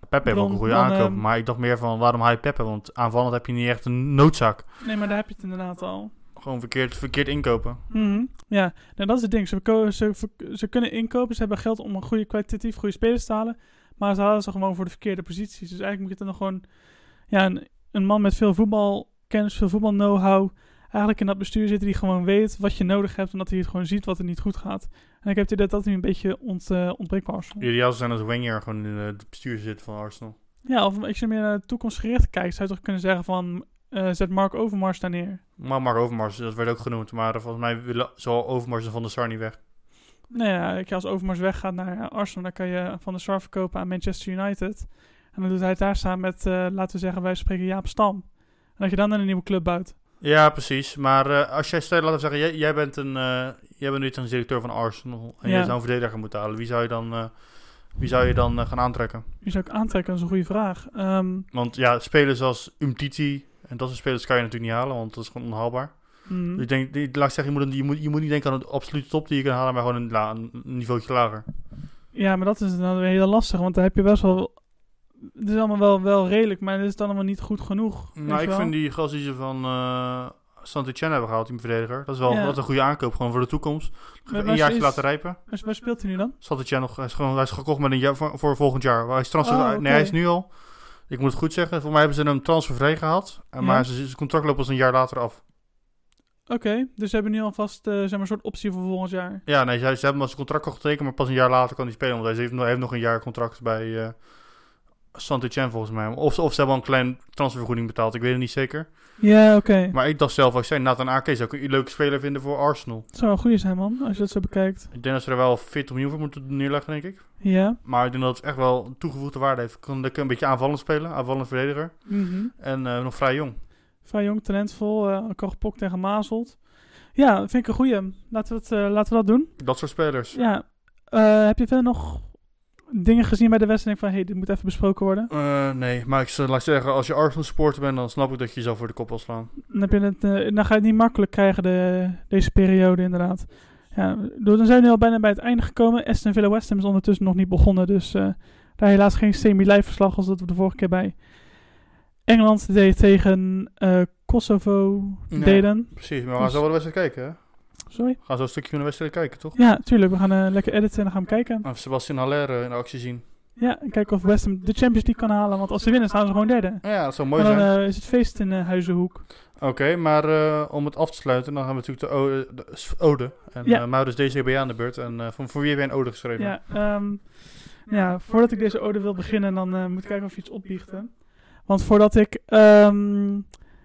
Pepe heeft ook een goede dan, aankoop. Um, maar ik dacht meer van, waarom haal je Pepe? Want aanvallend heb je niet echt een noodzaak. Nee, maar daar heb je het inderdaad al. Gewoon verkeerd, verkeerd inkopen. Mm-hmm. Ja, nou, dat is het ding. Ze, ko- ze, ze kunnen inkopen. Ze hebben geld om een goede, kwalitatief goede spelers te halen. Maar ze halen ze gewoon voor de verkeerde posities. Dus eigenlijk moet je dan nog gewoon... Ja, een, een man met veel voetbalkennis, veel voetbal know-how... eigenlijk in dat bestuur zitten die gewoon weet wat je nodig hebt... omdat hij het gewoon ziet wat er niet goed gaat. En ik heb het idee dat dat nu een beetje ont, uh, ontbreekt bij Arsenal. Ideaal zou zijn als Wenger gewoon in het bestuur zit van Arsenal. Ja, of als je meer naar de toekomstgericht kijkt... zou je toch kunnen zeggen van... Uh, zet Mark Overmars daar neer. Maar Mark Overmars, dat werd ook genoemd. Maar uh, volgens mij willen zal Overmars en Van der Sar niet weg. Nou ja, als Overmars weggaat naar Arsenal... dan kan je Van der Sar verkopen aan Manchester United. En dan doet hij het daar samen met, uh, laten we zeggen, wij spreken Jaap Stam. En dat je dan een nieuwe club bouwt. Ja, precies. Maar uh, als jij stel, laten we zeggen, jij, jij bent een, uh, jij bent nu een directeur van Arsenal. En ja. jij zou een verdediger moeten halen. Wie zou je dan, uh, wie zou je dan uh, gaan aantrekken? Wie zou ik aantrekken? Dat is een goede vraag. Um, Want ja, spelers als Umtiti en dat soort spelers kan je natuurlijk niet halen, want dat is gewoon onhaalbaar. Mm. Dus ik denk, die, laat ik zeggen, je moet, je, moet, je moet niet denken aan de absolute top die je kan halen, maar gewoon een, la, een niveautje lager. Ja, maar dat is dan weer heel lastig, want daar heb je best wel... Het is allemaal wel, wel redelijk, maar het is dan allemaal niet goed genoeg. Nou, ik wel? vind die gast die ze van uh, Saint-Etienne hebben gehaald, die verdediger. Dat is wel ja. dat is een goede aankoop, gewoon voor de toekomst. Maar, een jaartje is, laten rijpen. Waar, waar speelt hij nu dan? Saint-Etienne nog, hij is, gewoon, hij is gekocht met een jaar, voor, voor volgend jaar. Hij is transfer, oh, okay. Nee, hij is nu al. Ik moet het goed zeggen. Voor mij hebben ze hem transfervrij gehad. Ja. Maar zijn contract loopt pas een jaar later af. Oké, okay, dus ze hebben nu alvast uh, zeg maar, een soort optie voor volgend jaar. Ja, nee, ze, ze hebben al zijn contract al getekend, maar pas een jaar later kan hij spelen. Want hij heeft, hij heeft nog een jaar contract bij uh, Saint-Etienne volgens mij. Of, of ze hebben al een klein transfervergoeding betaald, ik weet het niet zeker. Ja, oké. Okay. Maar ik dacht zelf, als ik zei, Nathan Ake zou ik een leuke speler vinden voor Arsenal. Dat zou wel een goeie zijn, man, als je dat zo bekijkt. Ik denk dat ze er wel veertig miljoen voor moeten neerleggen, denk ik. Ja. Maar ik denk dat het echt wel een toegevoegde waarde heeft. Kan ik een beetje aanvallend spelen, aanvallend verdediger. Mm-hmm. En uh, nog vrij jong. Vrij jong, talentvol, uh, kan gepokt tegen Mazelt. Ja, vind ik een goeie. Laten we, het, uh, laten we dat doen. Dat soort spelers. Ja. Uh, heb je verder nog dingen gezien bij de wedstrijd van, hé, hey, dit moet even besproken worden? Uh, nee, maar ik zou zeggen, als je Arsenal supporter bent, dan snap ik dat je jezelf voor de kop wil slaan. Dan, heb je het, uh, dan ga je het niet makkelijk krijgen, de, deze periode inderdaad. Ja, dan zijn we nu al bijna bij het einde gekomen. Aston Villa West Ham is ondertussen nog niet begonnen, dus uh, daar helaas geen semi-live verslag als dat we de vorige keer bij Engeland deed tegen uh, Kosovo ja, deden. Precies, maar we gaan dus zo wel de wedstrijd kijken, hè? Sorry? We gaan zo een stukje van de wedstrijd kijken, toch? Ja, tuurlijk. We gaan uh, lekker editen en dan gaan we kijken. Of Sebastian Haller uh, in actie zien. Ja, en kijken of West Ham de Champions League kan halen. Want als ze winnen, staan ze gewoon derde. Ja, dat zou mooi en dan, zijn. Uh, is het feest in uh, Huizenhoek. Oké, okay, maar uh, om het af te sluiten, dan gaan we natuurlijk de ode. De ode. En ja. uh, Maurits, deze bij aan de beurt. En uh, voor, voor wie heb jij een ode geschreven? Ja, um, ja, voordat ik deze ode wil beginnen, dan uh, moet ik kijken of je iets opbiechten. Want voordat ik um,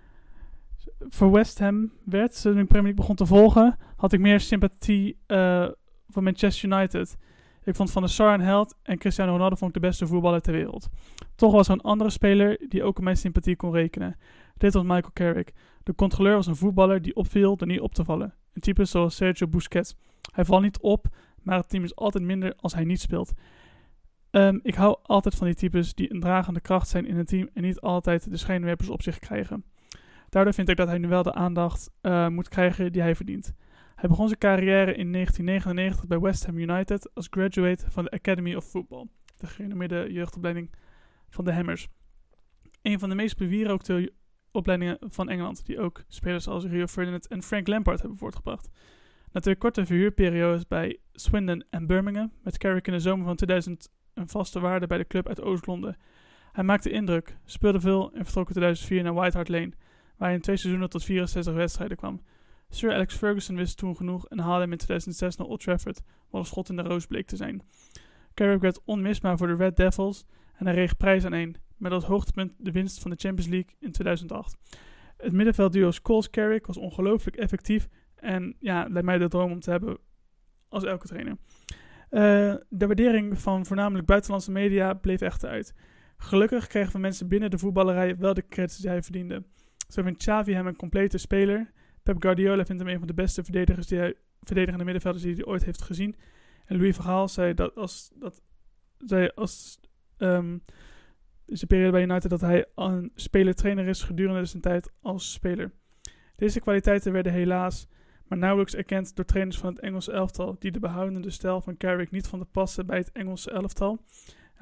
voor West Ham werd, toen ik Premier League begon te volgen, had ik meer sympathie uh, voor Manchester United. Ik vond Van der Sar een held en Cristiano Ronaldo vond ik de beste voetballer ter wereld. Toch was er een andere speler die ook op mijn sympathie kon rekenen. Dit was Michael Carrick. De controleur was een voetballer die opviel door niet op te vallen. Een type zoals Sergio Busquets. Hij valt niet op, maar het team is altijd minder als hij niet speelt. Um, ik hou altijd van die types die een dragende kracht zijn in een team en niet altijd de schijnwerpers op zich krijgen. Daardoor vind ik dat hij nu wel de aandacht uh, moet krijgen die hij verdient. Hij begon zijn carrière in negentien negenennegentig bij West Ham United als graduate van de Academy of Football, de gerenommeerde jeugdopleiding van de Hammers. Een van de meest bewierookte opleidingen van Engeland, die ook spelers als Rio Ferdinand en Frank Lampard hebben voortgebracht. Na twee korte verhuurperiodes bij Swindon en Birmingham werd Carrick in de zomer van tweeduizend een vaste waarde bij de club uit Oost-Londen. Hij maakte indruk, speelde veel en vertrok in tweeduizend vier naar White Hart Lane, waar hij in twee seizoenen tot vierenzestig wedstrijden kwam. Sir Alex Ferguson wist toen genoeg en haalde hem in tweeduizend zes naar Old Trafford, wat een schot in de roos bleek te zijn. Carrick werd onmisbaar voor de Red Devils en hij reeg prijs aan één, met als hoogtepunt de winst van de Champions League in tweeduizend acht. Het middenveldduo Scholes-Carrick was ongelooflijk effectief en ja, lijkt mij de droom om te hebben als elke trainer. Uh, de waardering van voornamelijk buitenlandse media bleef echter uit. Gelukkig kregen we mensen binnen de voetballerij wel de credits die hij verdiende. Zo vindt Xavi hem een complete speler. Pep Guardiola vindt hem een van de beste verdedigers die hij, verdedigende middenvelders die hij ooit heeft gezien. En Louis van Gaal zei dat als, dat, zei als um, zijn periode bij United dat hij een speler-trainer is gedurende zijn tijd als speler. Deze kwaliteiten werden helaas maar nauwelijks erkend door trainers van het Engelse elftal die de behoudende stijl van Carrick niet vonden passen bij het Engelse elftal.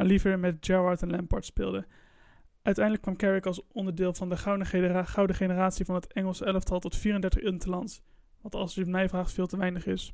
en liever met Gerrard en Lampard speelde. Uiteindelijk kwam Carrick als onderdeel van de gouden, genera- gouden generatie van het Engelse elftal tot vierendertig interlands. Wat als u het mij vraagt veel te weinig is.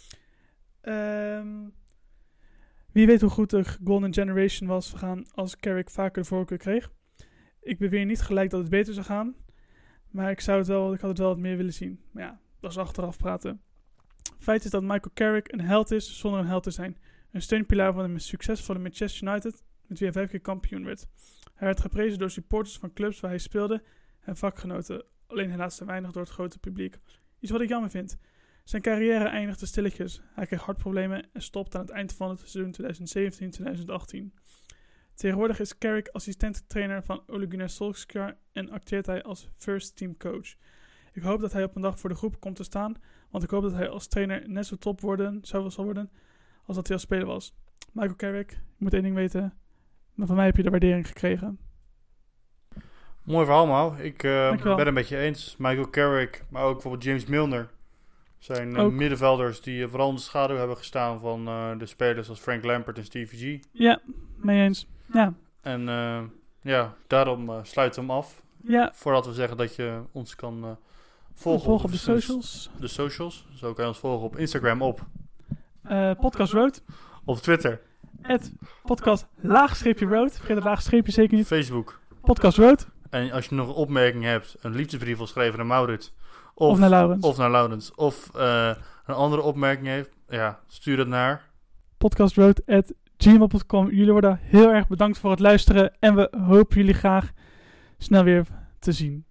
Um, wie weet hoe goed de Golden Generation was gegaan als Carrick vaker de voorkeur kreeg. Ik beweer niet gelijk dat het beter zou gaan. Maar ik, zou het wel, ik had het wel wat meer willen zien. Maar ja, dat is achteraf praten. Feit is dat Michael Carrick een held is zonder een held te zijn. Een steunpilaar van een succesvolle Manchester United, met wie hij vijf keer kampioen werd. Hij werd geprezen door supporters van clubs waar hij speelde en vakgenoten. Alleen helaas te weinig door het grote publiek. Iets wat ik jammer vind. Zijn carrière eindigde stilletjes. Hij kreeg hartproblemen en stopte aan het eind van het seizoen twintig zeventien twintig achttien. Tegenwoordig is Carrick assistent-trainer van Ole Gunnar Solskjaer en acteert hij als first team coach. Ik hoop dat hij op een dag voor de groep komt te staan, want ik hoop dat hij als trainer net zo top worden, zou zal worden als dat hij als speler was. Michael Carrick, je moet één ding weten, maar van mij heb je de waardering gekregen. Mooi verhaal, man. Ik uh, Dankjewel. ben het met je eens. Michael Carrick, maar ook bijvoorbeeld James Milner. Zijn uh, Ook. middenvelders die uh, vooral in de schaduw hebben gestaan van uh, de spelers als Frank Lampard en Stevie G. Ja, mee eens. Ja, En uh, ja, daarom uh, sluiten we hem af. ja. Voordat we zeggen dat je ons kan uh, volgen, Volg op de de socials. De socials. Zo kan je ons volgen op Instagram op. Uh, podcast Road. Op Twitter. Het podcast laagstreepje Road. Vergeet het laagstreepje zeker niet. Facebook. Podcast Road. En als je nog een opmerking hebt, een liefdesbrief wil schrijven naar Maurits. Of, Of naar Laurens. Of naar Laurens. Of uh, een andere opmerking heeft. Ja, stuur het naar. podcastroad at gmail dot com. Jullie worden heel erg bedankt voor het luisteren. En we hopen jullie graag snel weer te zien.